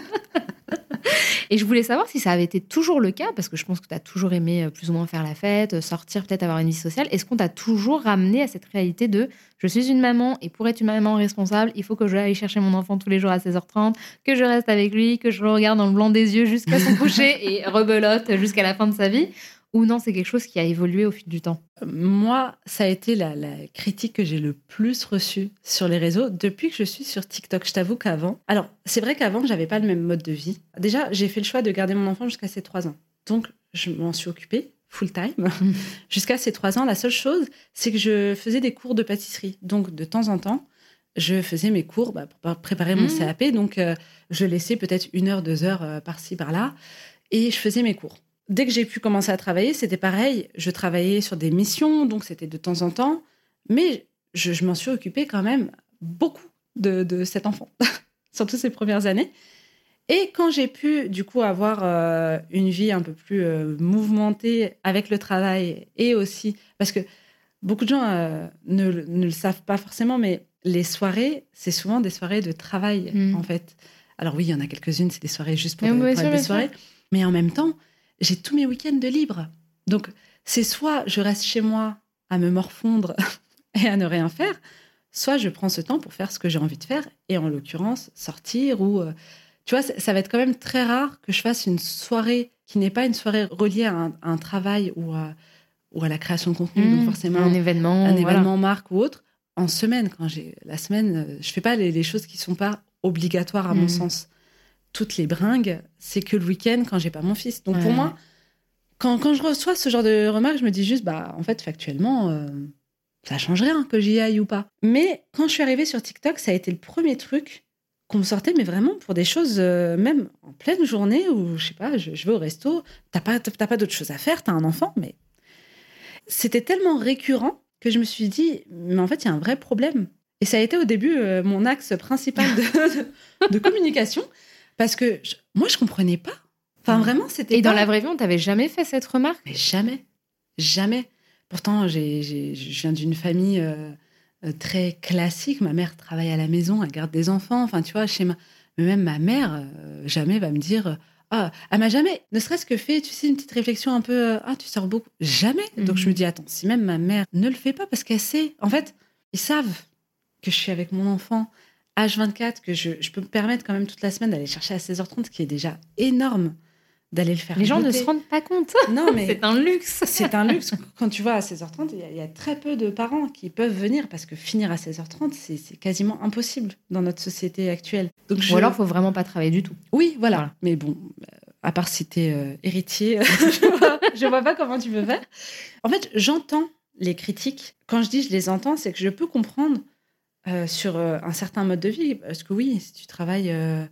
Et je voulais savoir si ça avait été toujours le cas, parce que je pense que tu as toujours aimé plus ou moins faire la fête, sortir, peut-être avoir une vie sociale. Est-ce qu'on t'a toujours ramené à cette réalité de « je suis une maman, et pour être une maman responsable, il faut que je aille chercher mon enfant tous les jours à 16h30, que je reste avec lui, que je le regarde dans le blanc des yeux jusqu'à son coucher et rebelote jusqu'à la fin de sa vie ?» Ou non, c'est quelque chose qui a évolué au fil du temps? Moi, ça a été la critique que j'ai le plus reçue sur les réseaux depuis que je suis sur TikTok. Je t'avoue qu'avant... Alors, c'est vrai qu'avant, j'avais pas le même mode de vie. Déjà, j'ai fait le choix de garder mon enfant jusqu'à ses 3 ans. Donc, je m'en suis occupée full time. Jusqu'à ses 3 ans, la seule chose, c'est que je faisais des cours de pâtisserie. Donc, de temps en temps, je faisais mes cours pour préparer mon CAP. Donc, je laissais peut-être 1 heure, 2 heures par-ci, par-là. Et je faisais mes cours. Dès que j'ai pu commencer à travailler, c'était pareil. Je travaillais sur des missions, donc c'était de temps en temps. Mais je m'en suis occupée quand même beaucoup de cet enfant, surtout ces premières années. Et quand j'ai pu, du coup, avoir une vie un peu plus mouvementée avec le travail et aussi... Parce que beaucoup de gens ne le savent pas forcément, mais les soirées, c'est souvent des soirées de travail, en fait. Alors oui, il y en a quelques-unes, c'est des soirées juste pour être des soirées. Mais en même temps... j'ai tous mes week-ends de libre. Donc, c'est soit je reste chez moi à me morfondre et à ne rien faire, soit je prends ce temps pour faire ce que j'ai envie de faire, et en l'occurrence, sortir ou... tu vois, ça va être quand même très rare que je fasse une soirée qui n'est pas une soirée reliée à un travail ou à la création de contenu, donc forcément un événement marque ou autre. En semaine, quand j'ai la semaine, je fais pas les choses qui sont pas obligatoires à mon sens. Toutes les bringues, c'est que le week-end quand j'ai pas mon fils. Donc pour moi, quand je reçois ce genre de remarques, je me dis juste, en fait, factuellement, ça change rien que j'y aille ou pas. Mais quand je suis arrivée sur TikTok, ça a été le premier truc qu'on me sortait, mais vraiment pour des choses, même en pleine journée, où, je sais pas, je vais au resto, t'as pas d'autre chose à faire, t'as un enfant, mais c'était tellement récurrent que je me suis dit, mais en fait, il y a un vrai problème. Et ça a été au début mon axe principal de communication, parce que moi, je comprenais pas. Enfin, vraiment, c'était Et pas... dans la vraie vie, on t'avait jamais fait cette remarque? Mais jamais, jamais. Pourtant, je viens d'une famille très classique. Ma mère travaille à la maison, elle garde des enfants. Enfin, tu vois, mais même ma mère, jamais va me dire... Ah, elle m'a jamais, ne serait-ce que fait, tu sais, une petite réflexion un peu... Ah, tu sors beaucoup. Jamais. Donc, je me dis, attends, si même ma mère ne le fait pas parce qu'elle sait... En fait, ils savent que je suis avec mon enfant H24, que je peux me permettre quand même toute la semaine d'aller chercher à 16h30, ce qui est déjà énorme, d'aller le faire Les gens goûter. ne se rendent pas compte. Non, mais c'est un luxe. C'est un luxe. Quand tu vois à 16h30, il y a très peu de parents qui peuvent venir parce que finir à 16h30, c'est quasiment impossible dans notre société actuelle. Donc Ou alors, il faut vraiment pas travailler du tout. Oui, voilà. Mais bon, à part si t'es héritier, je vois pas comment tu peux faire. En fait, j'entends les critiques. Quand je dis je les entends, c'est que je peux comprendre sur un certain mode de vie. Parce que oui, si tu travailles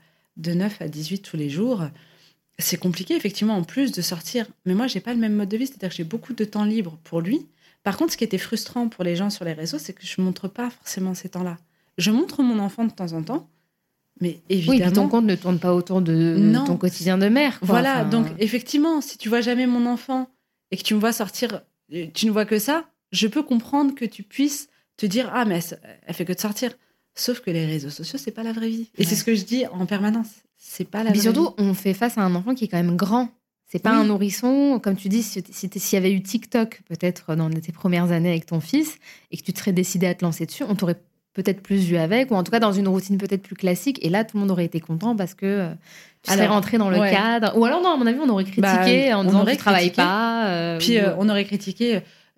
de 9 à 18 tous les jours... C'est compliqué, effectivement, en plus de sortir. Mais moi, j'ai pas le même mode de vie, c'est-à-dire que j'ai beaucoup de temps libre pour lui. Par contre, ce qui était frustrant pour les gens sur les réseaux, c'est que je montre pas forcément ces temps-là. Je montre mon enfant de temps en temps, mais évidemment... Oui, puis ton compte ne tourne pas autour de ton quotidien de mère. Quoi. Voilà, donc effectivement, si tu vois jamais mon enfant et que tu me vois sortir, tu ne vois que ça, je peux comprendre que tu puisses te dire « Ah, mais elle fait que de sortir ». Sauf que les réseaux sociaux, c'est pas la vraie vie. Et c'est ce que je dis en permanence. C'est pas la vraie vie. Mais surtout, on fait face à un enfant qui est quand même grand. C'est pas un nourrisson. Comme tu dis, s'il y avait eu TikTok, peut-être dans tes premières années avec ton fils, et que tu te serais décidé à te lancer dessus, on t'aurait peut-être plus vu avec, ou en tout cas dans une routine peut-être plus classique. Et là, tout le monde aurait été content parce que tu serais rentré dans le cadre. Ou alors, non, à mon avis, on aurait critiqué en disant que tu travailles pas. Puis on aurait critiqué...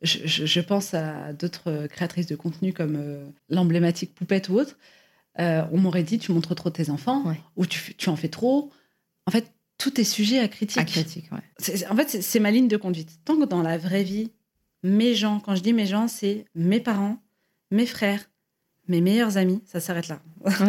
Je pense à d'autres créatrices de contenu comme l'emblématique Poupette ou autre. On m'aurait dit tu montres trop tes enfants ou tu en fais trop. En fait, tout est sujet à critique. En fait, c'est ma ligne de conduite. Tant que dans la vraie vie, mes gens, quand je dis mes gens, c'est mes parents, mes frères, mes meilleurs amis, ça s'arrête là.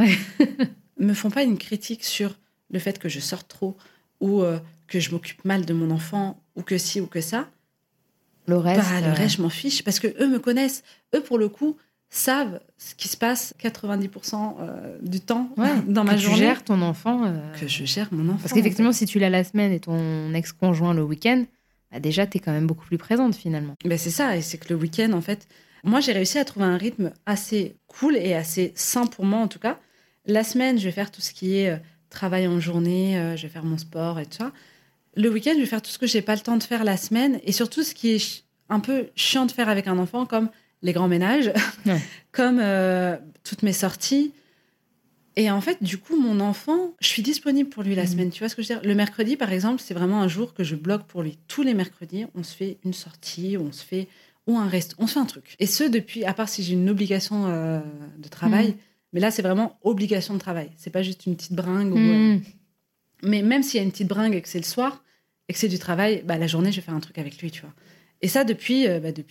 Me font pas une critique sur le fait que je sorte trop ou que je m'occupe mal de mon enfant ou que ci ou que ça. Le reste, je m'en fiche parce que eux me connaissent. Eux, pour le coup, savent ce qui se passe 90% du temps dans ma journée. Que tu gères ton enfant. Que je gère mon enfant. Parce qu'effectivement, si tu l'as la semaine et ton ex-conjoint le week-end, déjà, t'es quand même beaucoup plus présente finalement. Ben c'est ça, et c'est que le week-end, en fait, moi, j'ai réussi à trouver un rythme assez cool et assez sain pour moi, en tout cas. La semaine, je vais faire tout ce qui est travail en journée, je vais faire mon sport et tout ça. Le week-end, je vais faire tout ce que j'ai pas le temps de faire la semaine et surtout ce qui est un peu chiant de faire avec un enfant, comme les grands ménages, comme toutes mes sorties. Et en fait, du coup, mon enfant, je suis disponible pour lui la semaine. Tu vois ce que je veux dire ? Le mercredi, par exemple, c'est vraiment un jour que je bloque pour lui. Tous les mercredis, on se fait une sortie, on se fait un resto, on se fait un truc. Et ce, depuis, à part si j'ai une obligation de travail, mais là, c'est vraiment obligation de travail. C'est pas juste une petite bringue. Mais même s'il y a une petite bringue et que c'est le soir, et que c'est du travail, la journée, je vais faire un truc avec lui, tu vois. Et ça, depuis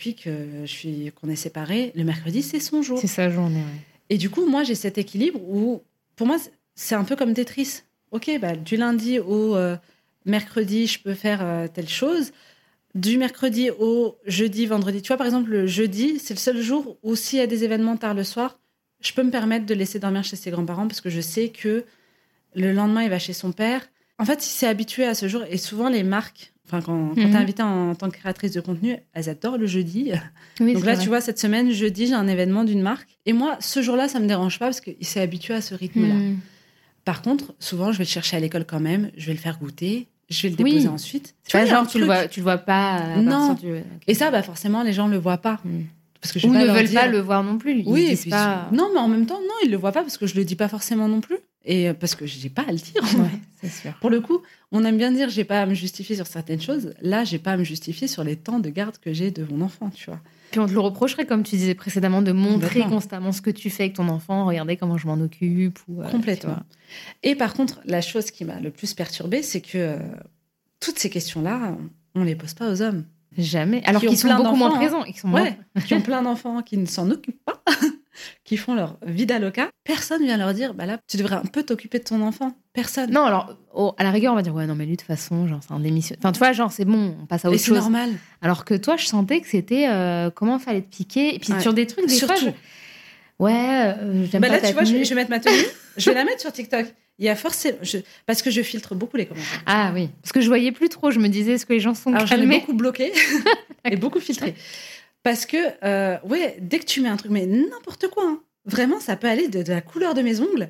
qu'on est séparés, le mercredi, c'est son jour. C'est sa journée, ouais. Et du coup, moi, j'ai cet équilibre où, pour moi, c'est un peu comme Tetris. Ok, du lundi au mercredi, je peux faire telle chose. Du mercredi au jeudi, vendredi. Tu vois, par exemple, le jeudi, c'est le seul jour où, s'il y a des événements tard le soir, je peux me permettre de laisser dormir chez ses grands-parents parce que je sais que le lendemain, il va chez son père. En fait, il s'est habitué à ce jour. Et souvent, les marques, quand t'es invitée en tant que créatrice de contenu, elles adorent le jeudi. Oui, donc là, tu vois, cette semaine, jeudi, j'ai un événement d'une marque. Et moi, ce jour-là, ça me dérange pas parce qu'il s'est habitué à ce rythme-là. Par contre, souvent, je vais le chercher à l'école quand même. Je vais le faire goûter. Je vais le déposer ensuite. Tu vois, genre, tu le vois pas. Non. Et ça, forcément, les gens le voient pas. Parce que je Ou ne veulent pas le voir non plus. Oui, et puis, non, mais en même temps, non, ils le voient pas parce que je le dis pas forcément non plus. Et parce que j'ai pas à le dire. C'est sûr. Pour le coup, on aime bien dire j'ai pas à me justifier sur certaines choses. Là, j'ai pas à me justifier sur les temps de garde que j'ai de mon enfant, tu vois. Puis on te le reprocherait, comme tu disais précédemment, de montrer constamment ce que tu fais avec ton enfant. Regardez comment je m'en occupe. Complètement. Et par contre, la chose qui m'a le plus perturbée, c'est que toutes ces questions-là, on les pose pas aux hommes. Jamais. Alors qu'ils sont beaucoup moins présents. Qui ont plein d'enfants, qui ne s'en occupent pas, qui font leur vida loca, personne vient leur dire, bah là, tu devrais un peu t'occuper de ton enfant. Personne. Non, alors, à la rigueur, on va dire, ouais, non, mais lui, de toute façon, genre, c'est un démission. Enfin, tu vois, genre, c'est bon, on passe à autre chose. Et c'est normal. Alors que toi, je sentais que c'était comment fallait te piquer. Et puis, sur des trucs, des Surtout. fois, ouais, j'aime pas là, ta tu vois, je tenue. vais mettre ma tenue. Je vais la mettre sur TikTok. Il y a forcément... Parce que je filtre beaucoup les commentaires. Ah oui, parce que je voyais plus trop. Je me disais, est-ce que les gens sont Alors, j'en ai calmés? beaucoup bloqué et beaucoup filtré. Parce que, ouais, dès que tu mets un truc, mais n'importe quoi, hein. Vraiment, ça peut aller de la couleur de mes ongles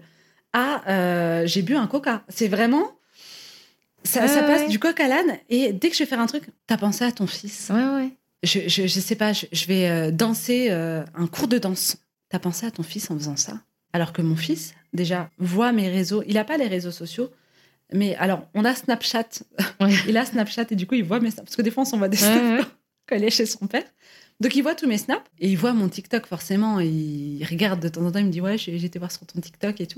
à j'ai bu un coca. C'est vraiment... Ça passe du coq à l'âne. Et dès que je vais faire un truc, t'as pensé à ton fils. Ouais. Je sais pas, je vais danser un cours de danse. T'as pensé à ton fils en faisant ça? Alors que mon fils, déjà, voit mes réseaux. Il n'a pas les réseaux sociaux. Mais alors, on a Snapchat. Ouais. Il a Snapchat et du coup, il voit mes snaps. Parce que des fois, on s'envoie des snaps quand il est chez son père. Donc, il voit tous mes snaps. Et il voit mon TikTok, forcément. Et il regarde de temps en temps. Il me dit, ouais, j'étais voir sur ton TikTok et tout.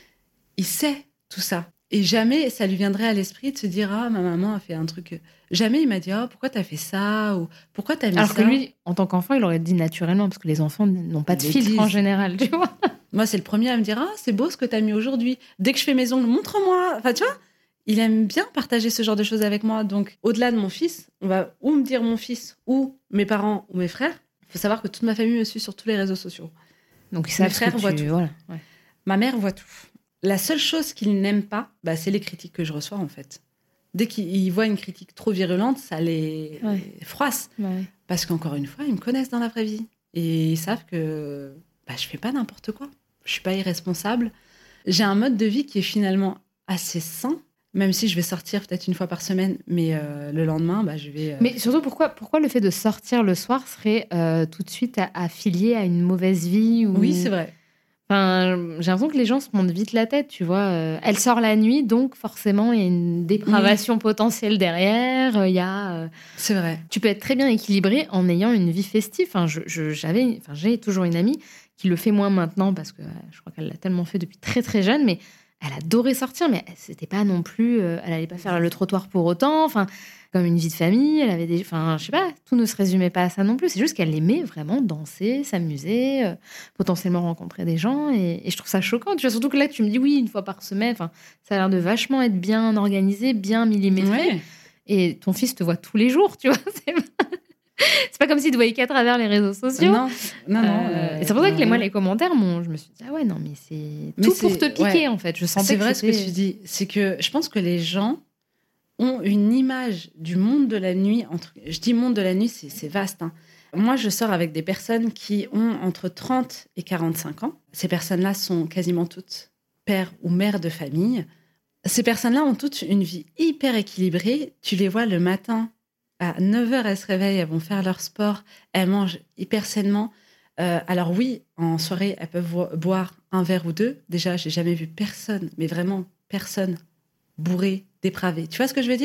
Il sait tout ça. Et jamais ça lui viendrait à l'esprit de se dire, ah, ma maman a fait un truc. Jamais il m'a dit, oh, pourquoi t'as fait ça? Ou pourquoi t'as mis Alors ça? que lui, en tant qu'enfant, il aurait dit naturellement, parce que les enfants n'ont pas de filtre en général, tu vois. Moi, c'est le premier à me dire, ah, c'est beau ce que t'as mis aujourd'hui. Dès que je fais mes ongles, montre-moi. Enfin, tu vois, il aime bien partager ce genre de choses avec moi. Donc, au-delà de mon fils, on va ou me dire mon fils, ou mes parents, ou mes frères. Il faut savoir que toute ma famille me suit sur tous les réseaux sociaux. Donc, ils savent mes frères que voient tout. Voilà, ouais. Ma mère voit tout. La seule chose qu'il n'aime pas, bah, c'est les critiques que je reçois, en fait. Dès qu'il voit une critique trop virulente, ça les froisse. Ouais. Parce qu'encore une fois, ils me connaissent dans la vraie vie. Et ils savent que bah, je fais pas n'importe quoi. Je suis pas irresponsable. J'ai un mode de vie qui est finalement assez sain, même si je vais sortir peut-être une fois par semaine, mais le lendemain, bah, je vais... Mais surtout, pourquoi le fait de sortir le soir serait tout de suite affilié à une mauvaise vie ou... Oui, c'est vrai. Enfin, j'ai l'impression que les gens se montent vite la tête, tu vois. Elle sort la nuit, donc forcément, il y a une dépravation potentielle derrière. Il y a... C'est vrai. Tu peux être très bien équilibré en ayant une vie festive. Enfin, j'ai toujours une amie qui le fait moins maintenant parce que je crois qu'elle l'a tellement fait depuis très très jeune, mais elle adorait sortir, mais c'était pas non plus... elle allait pas faire le trottoir pour autant. Enfin, comme une vie de famille, elle avait des... Enfin, je sais pas, tout ne se résumait pas à ça non plus. C'est juste qu'elle aimait vraiment danser, s'amuser, potentiellement rencontrer des gens. Et je trouve ça choquant. Tu vois, surtout que là, tu me dis oui, une fois par semaine. Enfin, ça a l'air de vachement être bien organisé, bien millimétré. Ouais. Et ton fils te voit tous les jours, tu vois. C'est pas comme s'il te voyait qu'à travers les réseaux sociaux. Non. Et c'est pour ça que les commentaires, je me suis dit, ah ouais, non, mais c'est tout pour te piquer, en fait. Je sentais c'est vrai ce que tu dis. C'est que je pense que les gens ont une image du monde de la nuit. Je dis monde de la nuit, c'est vaste. Hein. Moi, je sors avec des personnes qui ont entre 30 et 45 ans. Ces personnes-là sont quasiment toutes pères ou mères de famille. Ces personnes-là ont toutes une vie hyper équilibrée. Tu les vois le matin, à 9h, elles se réveillent, elles vont faire leur sport, elles mangent hyper sainement. Alors oui, en soirée, elles peuvent boire un verre ou deux. Déjà, j'ai jamais vu personne, mais vraiment personne, bourré, dépravé. Tu vois ce que je veux dire ?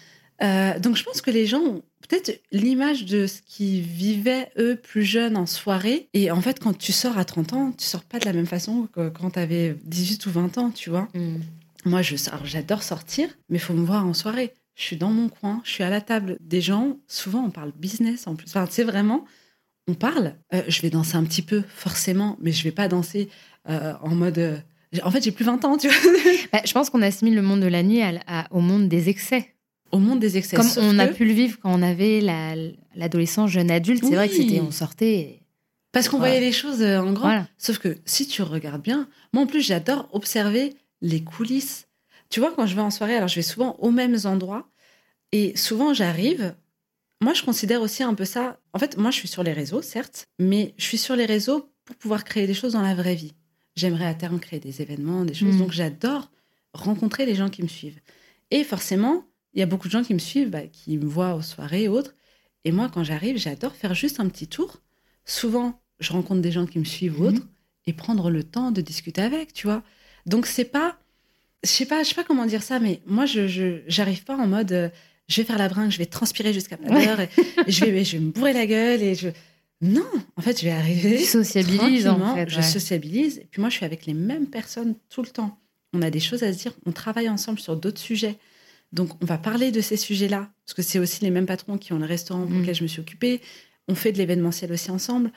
Donc je pense que les gens ont peut-être l'image de ce qu'ils vivaient, eux, plus jeunes en soirée. Et en fait, quand tu sors à 30 ans, tu sors pas de la même façon que quand tu avais 18 ou 20 ans, tu vois. Moi, j'adore sortir, mais il faut me voir en soirée. Je suis dans mon coin, je suis à la table des gens. Souvent, on parle business en plus. Enfin, tu sais, vraiment, on parle. Je vais danser un petit peu, forcément, mais je vais pas danser en mode... En fait, j'ai plus 20 ans, tu vois. Je pense qu'on assimile le monde de la nuit au monde des excès. Au monde des excès. Comme on a pu le vivre quand on avait l'adolescence, jeune adulte. C'est vrai que on sortait... Parce qu'on voyait les choses en grand. Voilà. Sauf que si tu regardes bien... Moi, en plus, j'adore observer les coulisses. Tu vois, quand je vais en soirée, alors je vais souvent aux mêmes endroits. Et souvent, j'arrive... Moi, je considère aussi un peu ça... En fait, moi, je suis sur les réseaux, certes, mais je suis sur les réseaux pour pouvoir créer des choses dans la vraie vie. J'aimerais à terme créer des événements, des choses. Donc, j'adore rencontrer les gens qui me suivent. Et forcément, il y a beaucoup de gens qui me suivent, qui me voient aux soirées et autres. Et moi, quand j'arrive, j'adore faire juste un petit tour. Souvent, je rencontre des gens qui me suivent ou autres et prendre le temps de discuter avec, tu vois. Donc, c'est pas... Je sais pas comment dire ça, mais moi, j'arrive pas en mode... je vais faire la brinque, je vais transpirer jusqu'à pas d'heure, et je vais me bourrer la gueule, et je... Non, en fait, je vais arriver... Tu sociabilises, en fait. Je sociabilise, et puis moi, je suis avec les mêmes personnes tout le temps. On a des choses à se dire, on travaille ensemble sur d'autres sujets. Donc, on va parler de ces sujets-là, parce que c'est aussi les mêmes patrons qui ont le restaurant pour lequel je me suis occupée. On fait de l'événementiel aussi ensemble.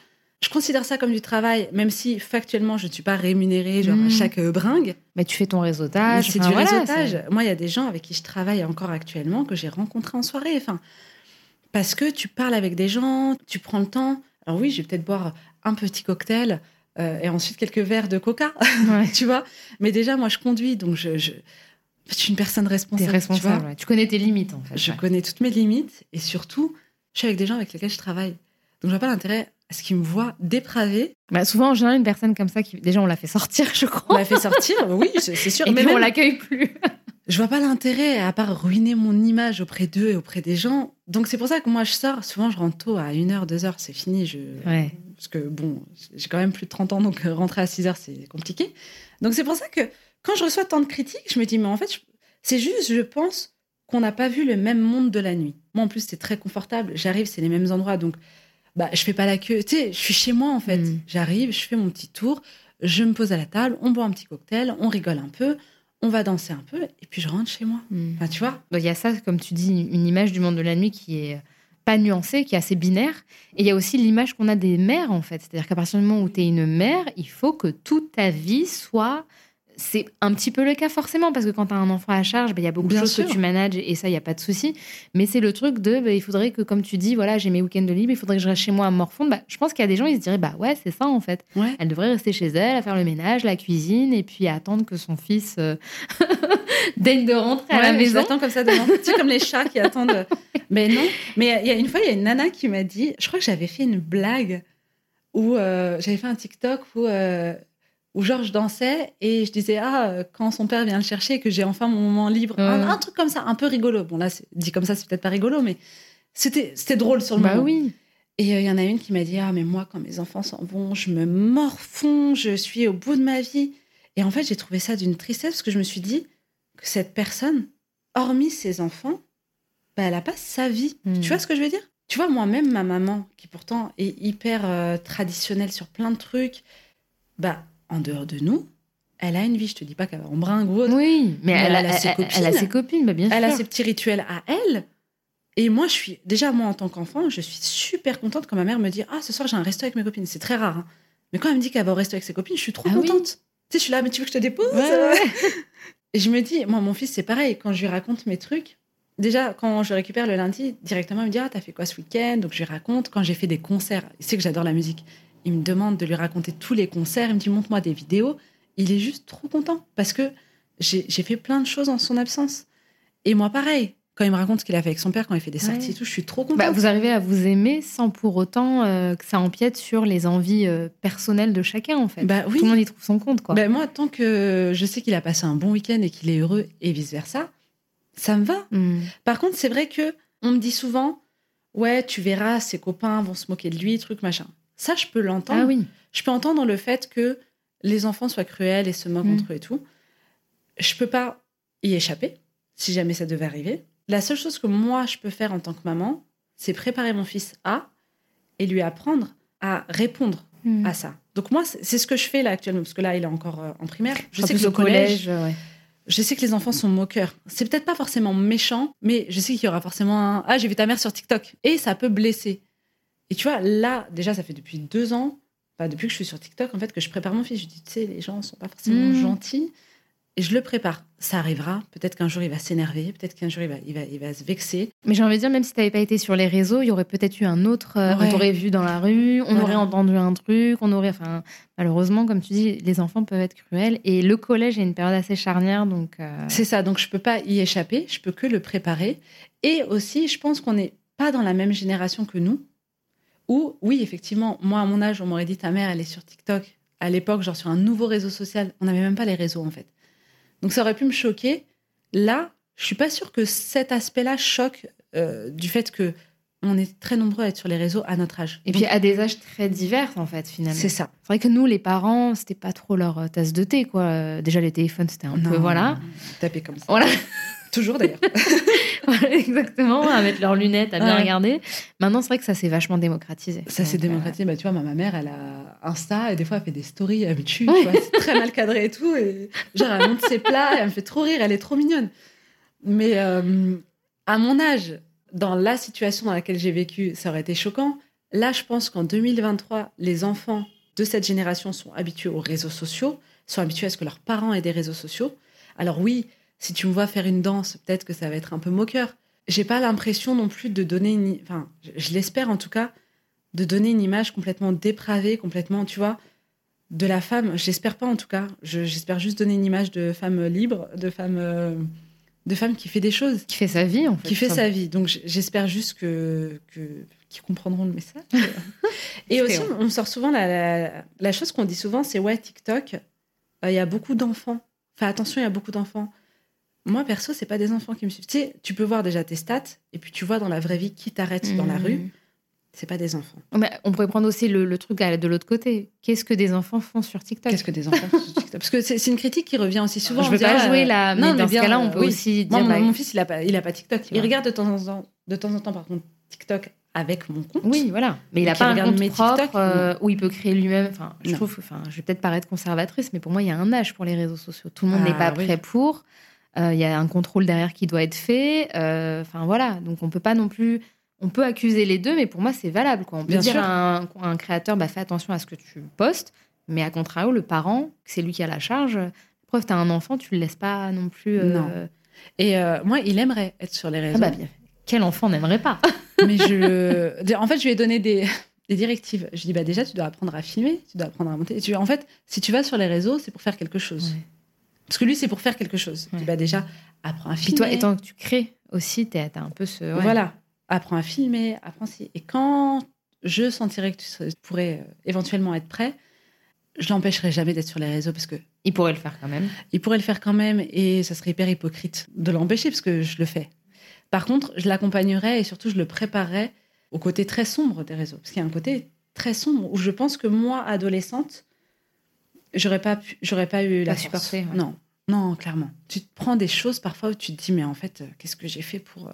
je considère ça comme du travail, même si factuellement, je ne suis pas rémunérée genre à chaque bringue. Mais tu fais ton réseautage. C'est du réseautage. Moi, il y a des gens avec qui je travaille encore actuellement que j'ai rencontrés en soirée. Enfin, parce que tu parles avec des gens, tu prends le temps. Alors oui, je vais peut-être boire un petit cocktail et ensuite quelques verres de coca, tu vois. Mais déjà, moi, je conduis, donc je suis une personne responsable. T'es responsable, tu connais tes limites, en fait. Je connais toutes mes limites et surtout, je suis avec des gens avec lesquels je travaille. Donc, je vois pas l'intérêt à ce qu'ils me voient dépravée. Bah, souvent, en général, une personne comme ça, déjà, on l'a fait sortir, je crois. On l'a fait sortir, oui, c'est sûr. Et mais puis, même, on l'accueille plus. Je vois pas l'intérêt, à part ruiner mon image auprès d'eux et auprès des gens. Donc, c'est pour ça que moi, je sors. Souvent, je rentre tôt, à 1h, 2h, c'est fini. Parce que, bon, j'ai quand même plus de 30 ans, donc rentrer à 6h, c'est compliqué. Donc, c'est pour ça que quand je reçois tant de critiques, je me dis, mais en fait, c'est juste, je pense, qu'on n'a pas vu le même monde de la nuit. Moi, en plus, c'est très confortable. J'arrive, c'est les mêmes endroits, donc je fais pas la queue. Tu sais, je suis chez moi, en fait. J'arrive, je fais mon petit tour, je me pose à la table, on boit un petit cocktail, on rigole un peu, on va danser un peu, et puis je rentre chez moi. Enfin, tu vois. Donc, il y a ça, comme tu dis, une image du monde de la nuit qui est pas nuancée, qui est assez binaire. Et il y a aussi l'image qu'on a des mères, en fait. C'est-à-dire qu'à partir du moment où tu es une mère, il faut que toute ta vie soit... C'est un petit peu le cas forcément, parce que quand tu as un enfant à charge, il y a beaucoup de choses que tu manages et ça, il n'y a pas de souci. Mais c'est le truc de, il faudrait que, comme tu dis, voilà, j'ai mes week-ends de libre, il faudrait que je reste chez moi à morfondre. Je pense qu'il y a des gens, ils se diraient, ouais, c'est ça en fait. Ouais. Elle devrait rester chez elle, à faire le ménage, la cuisine, et puis à attendre que son fils daigne de rentrer à la maison. J'attends comme ça devant. Tu sais, comme les chats qui attendent. Mais non. Mais il y a une fois, il y a une nana qui m'a dit, je crois que j'avais fait une blague où j'avais fait un TikTok où genre je dansais et je disais quand son père vient le chercher et que j'ai enfin mon moment libre, un truc comme ça, un peu rigolo. Bon là, dit comme ça, c'est peut-être pas rigolo, mais c'était drôle sur le moment. Oui. Et il y en a une qui m'a dit mais moi quand mes enfants s'en vont, je me morfonds, je suis au bout de ma vie. Et en fait, j'ai trouvé ça d'une tristesse parce que je me suis dit que cette personne, hormis ses enfants, elle a pas sa vie. Tu vois ce que je veux dire? Tu vois, moi-même, ma maman, qui pourtant est hyper traditionnelle sur plein de trucs, en dehors de nous, elle a une vie. Je te dis pas qu'elle va en bringue ou autre. Oui, mais elle a ses copines. Elle a ses copines, bien sûr. Elle a ses petits rituels à elle. Et moi, moi, en tant qu'enfant, je suis super contente quand ma mère me dit ce soir, j'ai un resto avec mes copines. C'est très rare. Hein. Mais quand elle me dit qu'elle va au resto avec ses copines, je suis trop contente. Oui. Tu sais, je suis là, mais tu veux que je te dépose Et je me dis, moi, mon fils, c'est pareil. Quand je lui raconte mes trucs, déjà, quand je récupère le lundi, directement, il me dit t'as fait quoi ce week-end? Donc, je lui raconte. Quand j'ai fait des concerts, il sait que j'adore la musique. Il me demande de lui raconter tous les concerts. Il me dit, montre-moi des vidéos. Il est juste trop content parce que j'ai fait plein de choses en son absence. Et moi, pareil. Quand il me raconte ce qu'il a fait avec son père, quand il fait des sorties et tout, je suis trop contente. Vous arrivez à vous aimer sans pour autant que ça empiète sur les envies personnelles de chacun, en fait. Oui. Tout le monde y trouve son compte, quoi. Moi, tant que je sais qu'il a passé un bon week-end et qu'il est heureux et vice-versa, ça me va. Par contre, c'est vrai que on me dit souvent, ouais, tu verras, ses copains vont se moquer de lui, truc, machin. Ça, je peux l'entendre. Ah oui. Je peux entendre le fait que les enfants soient cruels et se moquent entre eux et tout. Je peux pas y échapper, si jamais ça devait arriver. La seule chose que moi, je peux faire en tant que maman, c'est préparer mon fils et lui apprendre à répondre à ça. Donc moi, c'est ce que je fais là actuellement, parce que là, il est encore en primaire. Je sais que le collège... Je sais que les enfants sont moqueurs. C'est peut-être pas forcément méchant, mais je sais qu'il y aura forcément j'ai vu ta mère sur TikTok. Et ça peut blesser. Et tu vois, là, déjà, ça fait depuis 2 ans, depuis que je suis sur TikTok, en fait, que je prépare mon fils. Je dis, tu sais, les gens sont pas forcément gentils. Et je le prépare. Ça arrivera. Peut-être qu'un jour, il va s'énerver. Peut-être qu'un jour, il va se vexer. Mais j'ai envie de dire, même si tu n'avais pas été sur les réseaux, il y aurait peut-être eu un autre... On t'aurait vu dans la rue, on aurait entendu un truc, malheureusement, comme tu dis, les enfants peuvent être cruels. Et le collège est une période assez charnière, donc... C'est ça. Donc, je ne peux pas y échapper. Je peux que le préparer. Et aussi, je pense qu'on n'est pas dans la même génération que nous. Où, oui, effectivement, moi, à mon âge, on m'aurait dit, ta mère, elle est sur TikTok. À l'époque, genre sur un nouveau réseau social. On n'avait même pas les réseaux, en fait. Donc, ça aurait pu me choquer. Là, je suis pas sûre que cet aspect-là choque du fait que on est très nombreux à être sur les réseaux à notre âge. Et puis, à des âges très divers, en fait, finalement. C'est ça. C'est vrai que nous, les parents, c'était pas trop leur tasse de thé, quoi. Déjà, les téléphones, c'était un peu, voilà. Taper comme ça. Voilà. Toujours, d'ailleurs. Voilà, exactement, à mettre leurs lunettes, à bien regarder. Maintenant, c'est vrai que ça s'est vachement démocratisé. Ça s'est démocratisé. Tu vois, ma mère, elle a Insta et des fois, elle fait des stories, elle me tue, tu vois, c'est très mal cadré et tout. Et genre, elle monte ses plats et elle me fait trop rire, elle est trop mignonne. Mais à mon âge, dans la situation dans laquelle j'ai vécu, ça aurait été choquant. Là, je pense qu'en 2023, les enfants de cette génération sont habitués aux réseaux sociaux, sont habitués à ce que leurs parents aient des réseaux sociaux. Alors oui, si tu me vois faire une danse, peut-être que ça va être un peu moqueur. J'ai pas l'impression non plus de donner enfin, je l'espère en tout cas, de donner une image complètement dépravée, complètement, tu vois, de la femme. J'espère pas en tout cas. J'espère juste donner une image de femme libre, de femme qui fait des choses. Qui fait sa vie, en fait. Qui fait sa vie. Donc j'espère juste qu'ils comprendront le message. Et aussi, on sort souvent, la chose qu'on dit souvent, c'est ouais, TikTok, il y a beaucoup d'enfants. Fais attention, il y a beaucoup d'enfants. Moi, perso, c'est pas des enfants qui me suivent. Tu sais, tu peux voir déjà tes stats, et puis tu vois dans la vraie vie qui t'arrête dans la rue. C'est pas des enfants. Mais on pourrait prendre aussi le truc de l'autre côté. Qu'est-ce que des enfants font sur TikTok ? Qu'est-ce que des enfants font sur TikTok ? Parce que c'est une critique qui revient aussi souvent. Je veux pas jouer là, mais dans ce cas-là, on peut aussi dire... Moi, mon fils, il a pas TikTok. Il regarde de temps en temps, par contre, TikTok avec mon compte. Oui, voilà. Mais il a pas un compte propre où il peut créer lui-même. Enfin, je trouve... je vais peut-être paraître conservatrice, mais pour moi, il y a un âge pour les réseaux sociaux. Tout le monde n'est pas prêt pour. Il y a un contrôle derrière qui doit être fait. Enfin, voilà. Donc, on peut pas non plus... On peut accuser les deux, mais pour moi, c'est valable, quoi. On peut dire à un créateur, fais attention à ce que tu postes, mais à contrario, le parent, c'est lui qui a la charge. Preuve, tu as un enfant, tu le laisses pas non plus... Non. Et moi, il aimerait être sur les réseaux. Quel enfant n'aimerait pas ? Mais en fait, je lui ai donné des directives. Je lui ai dit, déjà, tu dois apprendre à filmer, tu dois apprendre à monter. En fait, si tu vas sur les réseaux, c'est pour faire quelque chose. Ouais. Parce que lui, c'est pour faire quelque chose. Ouais. Je dis, déjà, apprends à filmer. Puis toi, étant que tu crées aussi, t'as un peu ce... Ouais. Voilà. Apprends à filmer, apprends si. Et quand je sentirais que tu pourrais éventuellement être prêt, je l'empêcherai jamais d'être sur les réseaux parce que... Il pourrait le faire quand même. Il pourrait le faire quand même et ça serait hyper hypocrite de l'empêcher parce que je le fais. Par contre, je l'accompagnerais et surtout je le préparerais au côté très sombre des réseaux. Parce qu'il y a un côté très sombre où je pense que moi, adolescente, j'aurais pas eu la force. Supporter, ouais. Non, clairement. Tu te prends des choses parfois où tu te dis mais en fait, qu'est-ce que j'ai fait pour...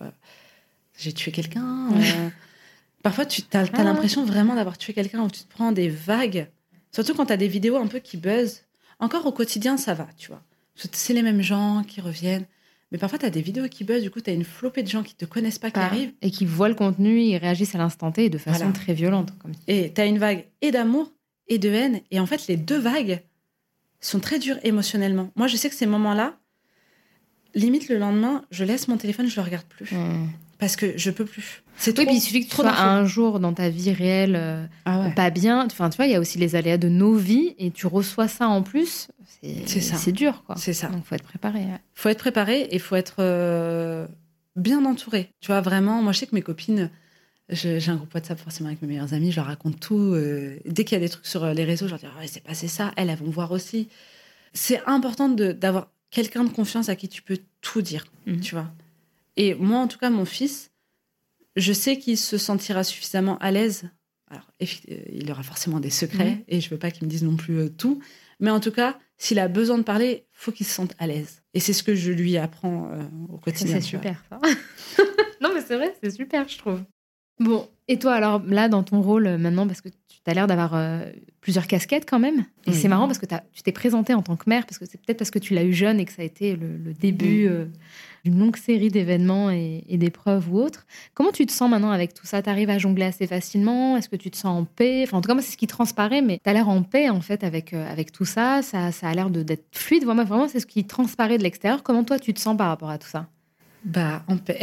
J'ai tué quelqu'un. Parfois, tu as l'impression vraiment d'avoir tué quelqu'un où tu te prends des vagues. Surtout quand tu as des vidéos un peu qui buzzent. Encore au quotidien, ça va, tu vois. C'est les mêmes gens qui reviennent. Mais parfois, tu as des vidéos qui buzzent. Du coup, tu as une flopée de gens qui ne te connaissent pas qui arrivent. Et qui voient le contenu, ils réagissent à l'instant T et de façon très violente. Comme... Et tu as une vague et d'amour et de haine. Et en fait, les deux vagues sont très dures émotionnellement. Moi, je sais que ces moments-là, limite le lendemain, je laisse mon téléphone, je ne le regarde plus. Parce que je peux plus. C'est trop. Oui, puis il suffit que tu sois un jour dans ta vie réelle pas bien. Enfin, tu vois, il y a aussi les aléas de nos vies et tu reçois ça en plus. C'est dur, quoi. C'est ça. Donc, faut être préparé. Faut être préparé et faut être bien entouré. Tu vois, vraiment. Moi, je sais que mes copines, j'ai un groupe WhatsApp forcément avec mes meilleures amies. Je leur raconte tout. Dès qu'il y a des trucs sur les réseaux, je leur dis c'est passé ça. Elles vont voir aussi. C'est important d'avoir quelqu'un de confiance à qui tu peux tout dire. Tu vois. Et moi, en tout cas, mon fils, je sais qu'il se sentira suffisamment à l'aise. Alors, il aura forcément des secrets et je ne veux pas qu'il me dise non plus tout. Mais en tout cas, s'il a besoin de parler, il faut qu'il se sente à l'aise. Et c'est ce que je lui apprends au quotidien. C'est super, ça. Non, mais c'est vrai, c'est super, je trouve. Bon, et toi, alors, là, dans ton rôle maintenant, parce que tu as l'air d'avoir plusieurs casquettes quand même. Et c'est marrant parce que tu t'es présentée en tant que mère, parce que c'est peut-être parce que tu l'as eu jeune et que ça a été le début d'une longue série d'événements et d'épreuves ou autres. Comment tu te sens maintenant avec tout ça ? Tu arrives à jongler assez facilement ? Est-ce que tu te sens en paix ? Enfin, en tout cas, moi, c'est ce qui transparaît, mais tu as l'air en paix, en fait, avec tout ça. Ça a l'air d'être fluide. Moi, vraiment, c'est ce qui transparaît de l'extérieur. Comment toi, tu te sens par rapport à tout ça ? En paix.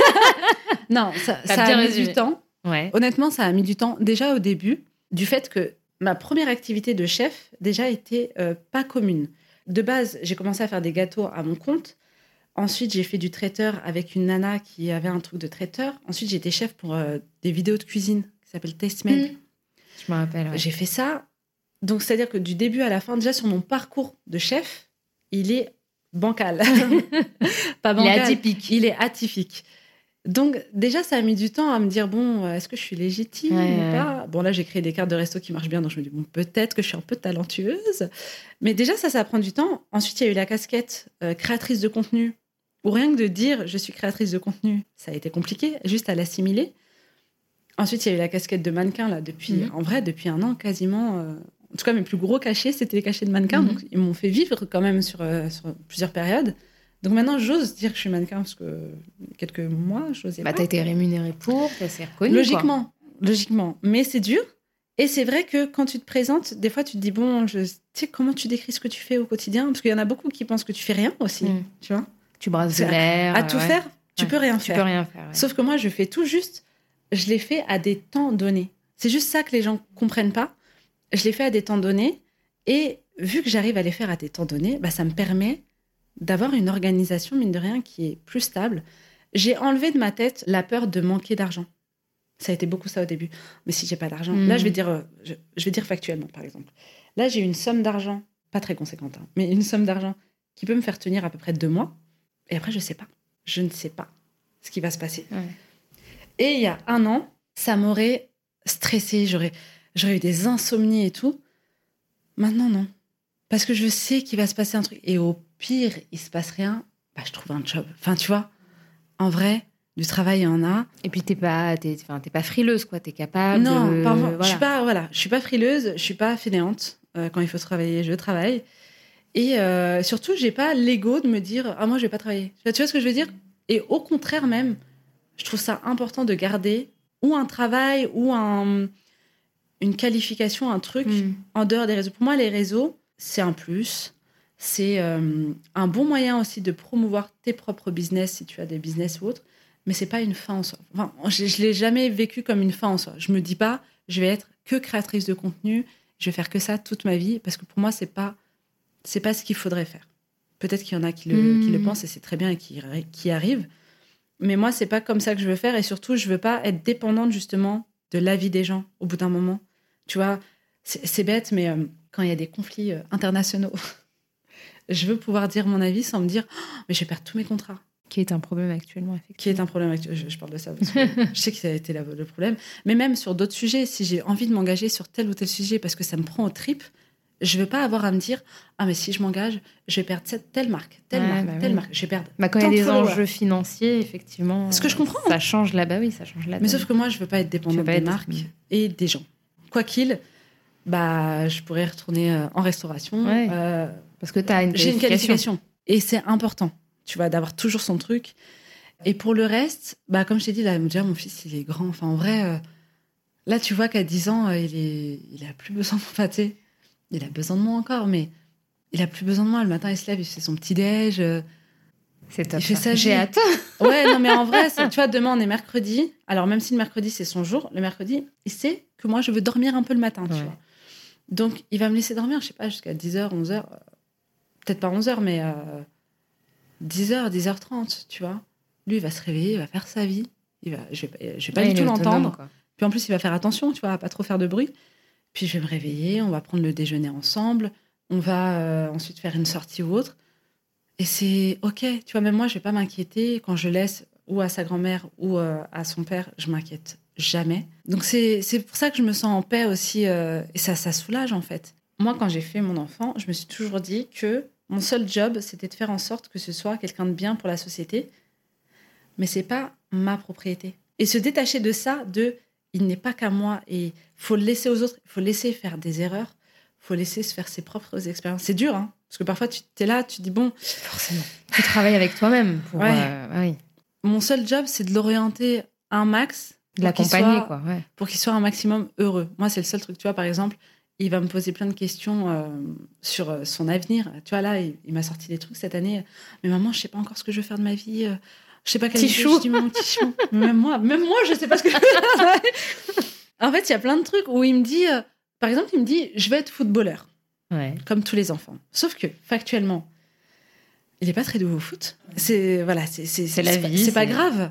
Non, ça a mis du temps. Ouais. Honnêtement, ça a mis du temps. Déjà au début, du fait que ma première activité de chef, déjà, était pas commune. De base, j'ai commencé à faire des gâteaux à mon compte. Ensuite, j'ai fait du traiteur avec une nana qui avait un truc de traiteur. Ensuite, j'ai été chef pour des vidéos de cuisine qui s'appellent Taste Made. Je me rappelle, ouais. J'ai fait ça. Donc, c'est-à-dire que du début à la fin, déjà sur mon parcours de chef, il est bancal. Pas bancal. Il est atypique. Il est atypique. Donc, déjà, ça a mis du temps à me dire, bon, est-ce que je suis légitime ou pas ? Bon, là, j'ai créé des cartes de resto qui marchent bien, donc je me dis, bon, peut-être que je suis un peu talentueuse. Mais déjà, ça prend du temps. Ensuite, il y a eu la casquette créatrice de contenu, où rien que de dire, je suis créatrice de contenu, ça a été compliqué, juste à l'assimiler. Ensuite, il y a eu la casquette de mannequin, là, en vrai, depuis un an, quasiment. En tout cas, mes plus gros cachets, c'était les cachets de mannequin. Donc, ils m'ont fait vivre quand même sur plusieurs périodes. Donc maintenant, j'ose dire que je suis mannequin parce que quelques mois, j'osais pas. T'as été rémunérée pour, t'as été reconnue. Logiquement. logiquement. Mais c'est dur. Et c'est vrai que quand tu te présentes, des fois, tu te dis, bon, tu sais, comment tu décris ce que tu fais au quotidien? Parce qu'il y en a beaucoup qui pensent que tu fais rien aussi, tu vois. Tu brasses de l'air. À tout faire, tu peux rien faire. Tu peux rien faire. Sauf que moi, je fais tout juste, je l'ai fait à des temps donnés. C'est juste ça que les gens comprennent pas. Je l'ai fait à des temps donnés. Et vu que j'arrive à les faire à des temps donnés, ça me permet d'avoir une organisation, mine de rien, qui est plus stable. J'ai enlevé de ma tête la peur de manquer d'argent. Ça a été beaucoup ça au début. Mais si j'ai pas d'argent, là, je vais dire factuellement, par exemple. Là, j'ai une somme d'argent, pas très conséquente, mais une somme d'argent qui peut me faire tenir à peu près 2 mois. Et après, je sais pas. Je ne sais pas ce qui va se passer. Ouais. Et il y a 1 an, ça m'aurait stressée. J'aurais eu des insomnies et tout. Maintenant, non. Parce que je sais qu'il va se passer un truc. Et au pire, il se passe rien, je trouve un job. Enfin, tu vois, en vrai, du travail, il y en a. Et puis, t'es pas frileuse, quoi. T'es capable non, de... voilà. Je suis pas frileuse, je suis pas fainéante. Quand il faut travailler, je travaille. Et surtout, j'ai pas l'ego de me dire « Ah, moi, je vais pas travailler ». Tu vois ce que je veux dire ? Et au contraire même, je trouve ça important de garder ou un travail ou une qualification, un truc en dehors des réseaux. Pour moi, les réseaux, c'est un plus. C'est un bon moyen aussi de promouvoir tes propres business si tu as des business ou autres. Mais c'est pas une fin en soi. Enfin, je l'ai jamais vécu comme une fin en soi. Je me dis pas, je vais être que créatrice de contenu, je vais faire que ça toute ma vie, parce que pour moi, c'est pas ce qu'il faudrait faire. Peut-être qu'il y en a qui le pensent et c'est très bien et qui arrivent. Mais moi, c'est pas comme ça que je veux faire. Et surtout, je veux pas être dépendante justement de l'avis des gens au bout d'un moment. Tu vois, c'est bête, mais quand il y a des conflits internationaux, je veux pouvoir dire mon avis sans me dire « mais je vais perdre tous mes contrats ». Qui est un problème actuellement, effectivement. Qui est un problème actuellement. Je parle de ça parce que je sais que ça a été le problème. Mais même sur d'autres sujets, si j'ai envie de m'engager sur tel ou tel sujet parce que ça me prend aux tripes, je ne veux pas avoir à me dire « Ah, mais si je m'engage, je vais perdre telle marque, telle marque. Je vais perdre quand il y a des enjeux financiers, effectivement... Ce que je comprends. Ça change là-bas, oui, ça change là-bas. Mais sauf que moi, je ne veux pas être dépendante des marques et des gens. Quoi qu'il, je pourrais retourner en restauration. Ouais. Parce que tu as j'ai une qualification. Et c'est important, tu vois, d'avoir toujours son truc. Et pour le reste, comme je t'ai dit, là, déjà, mon fils, il est grand. Enfin, en vrai, là, tu vois qu'à 10 ans, il a plus besoin de... Enfin, tu sais, il a besoin de moi encore, mais il a plus besoin de moi. Le matin, il se lève, il fait son petit-déj. C'est top. Il fait ça. J'ai hâte. Ouais, non, mais en vrai, tu vois, demain, on est mercredi. Alors, même si le mercredi, c'est son jour, le mercredi, il sait que moi, je veux dormir un peu le matin, tu vois. Donc, il va me laisser dormir, je sais pas, jusqu'à 10h, 11h. Peut-être pas 11h, mais 10h, 10h30, tu vois. Lui, il va se réveiller, il va faire sa vie. Je vais pas du tout l'entendre. Puis en plus, il va faire attention, tu vois, à pas trop faire de bruit. Puis je vais me réveiller, on va prendre le déjeuner ensemble. On va ensuite faire une sortie ou autre. Et c'est OK, tu vois, même moi, je vais pas m'inquiéter. Quand je laisse ou à sa grand-mère ou à son père, je m'inquiète jamais. Donc c'est pour ça que je me sens en paix aussi. Et ça soulage, en fait. Moi, quand j'ai fait mon enfant, je me suis toujours dit que mon seul job, c'était de faire en sorte que ce soit quelqu'un de bien pour la société. Mais c'est pas ma propriété. Et se détacher de ça, il n'est pas qu'à moi. Et il faut le laisser aux autres. Il faut laisser faire des erreurs. Il faut laisser se faire ses propres expériences. C'est dur, hein. Parce que parfois, tu es là, tu te dis, bon... Forcément. Tu travailles avec toi-même. Oui. Mon seul job, c'est de l'orienter un max. De l'accompagner, quoi. Ouais. Pour qu'il soit un maximum heureux. Moi, c'est le seul truc. Tu vois, par exemple, il va me poser plein de questions sur son avenir. Tu vois, là, il m'a sorti des trucs cette année. Mais maman, je sais pas encore ce que je veux faire de ma vie. Je sais pas quel chou. Je dis, mon petit chou. Même moi, je sais pas ce que je veux faire. En fait, il y a plein de trucs où il me dit... par exemple, il me dit, je vais être footballeur. Ouais. Comme tous les enfants. Sauf que, factuellement, il est pas très doué au foot. C'est la vie. C'est pas grave.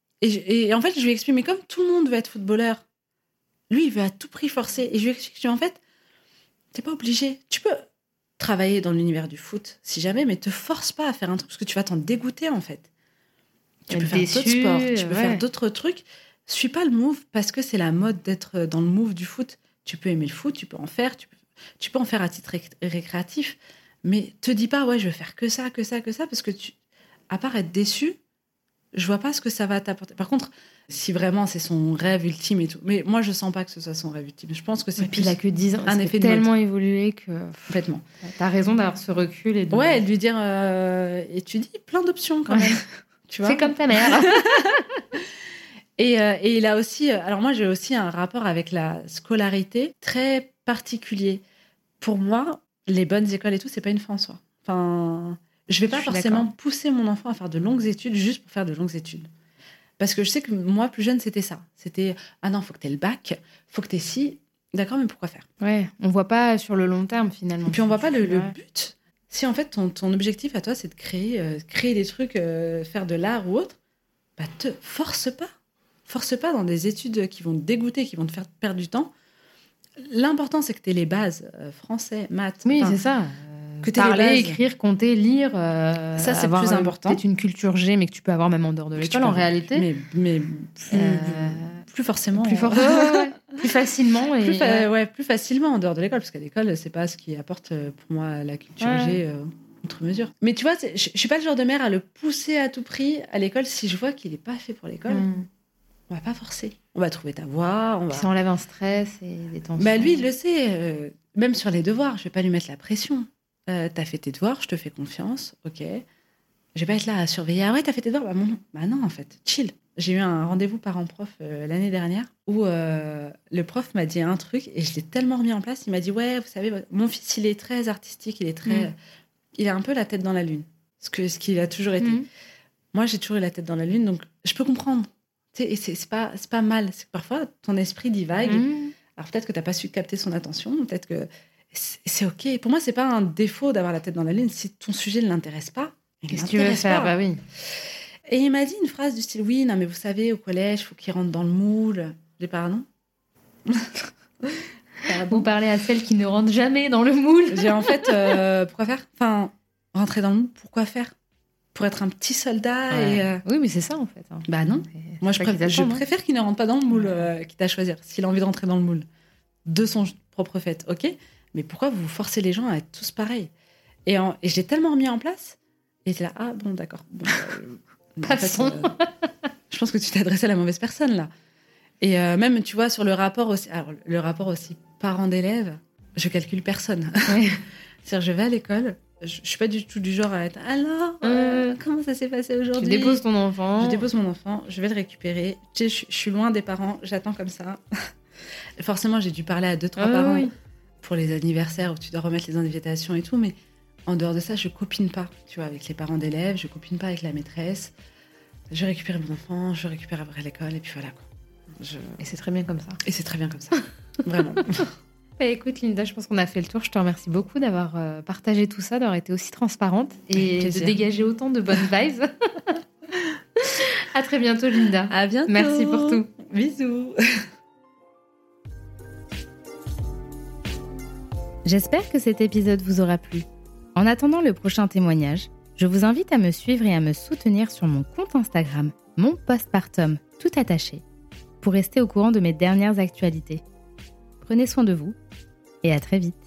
Et en fait, je lui explique, mais comme tout le monde veut être footballeur, lui, il veut à tout prix forcer. Et je lui explique, en fait, t'es pas obligé. Tu peux travailler dans l'univers du foot, si jamais, mais te force pas à faire un truc, parce que tu vas t'en dégoûter, en fait. Tu peux faire d'autres sports, tu peux faire d'autres trucs. Suis pas le move, parce que c'est la mode d'être dans le move du foot. Tu peux aimer le foot, tu peux en faire, tu peux en faire à titre récréatif, mais te dis pas, je vais faire que ça, parce que à part être déçu, je vois pas ce que ça va t'apporter. Par contre, si vraiment c'est son rêve ultime et tout, mais moi je sens pas que ce soit son rêve ultime. Je pense que c'est puis il a que 10 ans, un effet tellement évolué que complètement. T'as raison d'avoir ce recul et de lui dire étudie plein d'options quand même. Tu vois, c'est comme ta mère. Et il a aussi... Alors moi, j'ai aussi un rapport avec la scolarité très particulier. Pour moi, les bonnes écoles et tout, c'est pas une fin en soi. Enfin, je vais pas forcément pousser mon enfant à faire de longues études juste pour faire de longues études. Parce que je sais que moi, plus jeune, c'était ça. C'était, ah non, faut que t'aies le bac, faut que t'aies ci. D'accord, mais pourquoi faire ? Ouais, on voit pas sur le long terme, finalement. Et puis, on voit pas le but. Si, en fait, ton objectif à toi, c'est de créer des trucs, faire de l'art ou autre, bah, force pas. Force pas dans des études qui vont te dégoûter, qui vont te faire perdre du temps. L'important, c'est que t'aies les bases, français, maths. Oui, c'est ça. Que parler, écrire, compter, lire. Ça, c'est plus important. Peut-être une culture G, mais que tu peux avoir même en dehors de l'école, en réalité. Mais plus forcément. Plus facilement. Plus facilement en dehors de l'école, parce qu'à l'école, c'est pas ce qui apporte pour moi la culture G outre mesure. Mais tu vois, je suis pas le genre de mère à le pousser à tout prix à l'école si je vois qu'il est pas fait pour l'école. On va pas forcer. On va trouver ta voie. Ça enlève un stress et des tensions. Bah lui, il le sait. Même sur les devoirs, je vais pas lui mettre la pression. T'as fait tes devoirs, je te fais confiance, ok. Je vais pas être là à surveiller. Ah ouais, t'as fait tes devoirs ? Bah non, en fait, chill. J'ai eu un rendez-vous parent-prof l'année dernière où le prof m'a dit un truc et je l'ai tellement remis en place. Il m'a dit, ouais, vous savez, mon fils, il est très artistique, il a un peu la tête dans la lune, ce qu'il a toujours été. Moi, j'ai toujours eu la tête dans la lune, donc je peux comprendre. Et c'est pas mal. C'est que parfois, ton esprit divague. Alors peut-être que t'as pas su capter son attention, peut-être que c'est ok. Pour moi, c'est pas un défaut d'avoir la tête dans la lune. Si ton sujet ne l'intéresse pas, qu'est-ce que tu veux faire ? Bah oui. Et il m'a dit une phrase du style, oui, non, mais vous savez, au collège, il faut qu'il rentre dans le moule. J'ai pardon. Vous parlez à celle qui ne rentre jamais dans le moule. J'ai en fait, pourquoi faire ? Enfin, rentrer dans le moule, pourquoi faire ? Pour être un petit soldat Oui, mais c'est ça en fait. Bah non. Moi, je préfère qu'il ne rentre pas dans le moule, quitte à choisir. S'il a envie de rentrer dans le moule de son propre fait, ok. Mais pourquoi vous forcez les gens à être tous pareils ? Et je l'ai tellement remis en place. Et t'es là, ah bon, d'accord. Bon, je pense que tu t'es adressé à la mauvaise personne, là. Et même, tu vois, sur le rapport aussi... Alors, le rapport aussi parent-d'élève, je calcule personne. Ouais. C'est-à-dire, je vais à l'école, je suis pas du tout du genre à être « Alors, comment ça s'est passé aujourd'hui ?» Tu déposes ton enfant. Je dépose mon enfant, je vais le récupérer. Tu sais, je suis loin des parents, j'attends comme ça. Forcément, j'ai dû parler à 2-3 parents. Oui. Pour les anniversaires où tu dois remettre les invitations et tout, mais en dehors de ça, je copine pas, tu vois, avec les parents d'élèves, je copine pas avec la maîtresse. Je récupère mon enfant, je récupère après l'école, et puis voilà, quoi. Et c'est très bien comme ça. Et c'est très bien comme ça, vraiment. Bah, écoute, Linda, je pense qu'on a fait le tour. Je te remercie beaucoup d'avoir partagé tout ça, d'avoir été aussi transparente et de dégager autant de bonnes vibes. À très bientôt, Linda. À bientôt. Merci pour tout. Bisous. J'espère que cet épisode vous aura plu. En attendant le prochain témoignage, je vous invite à me suivre et à me soutenir sur mon compte Instagram, mon postpartum, tout attaché, pour rester au courant de mes dernières actualités. Prenez soin de vous et à très vite.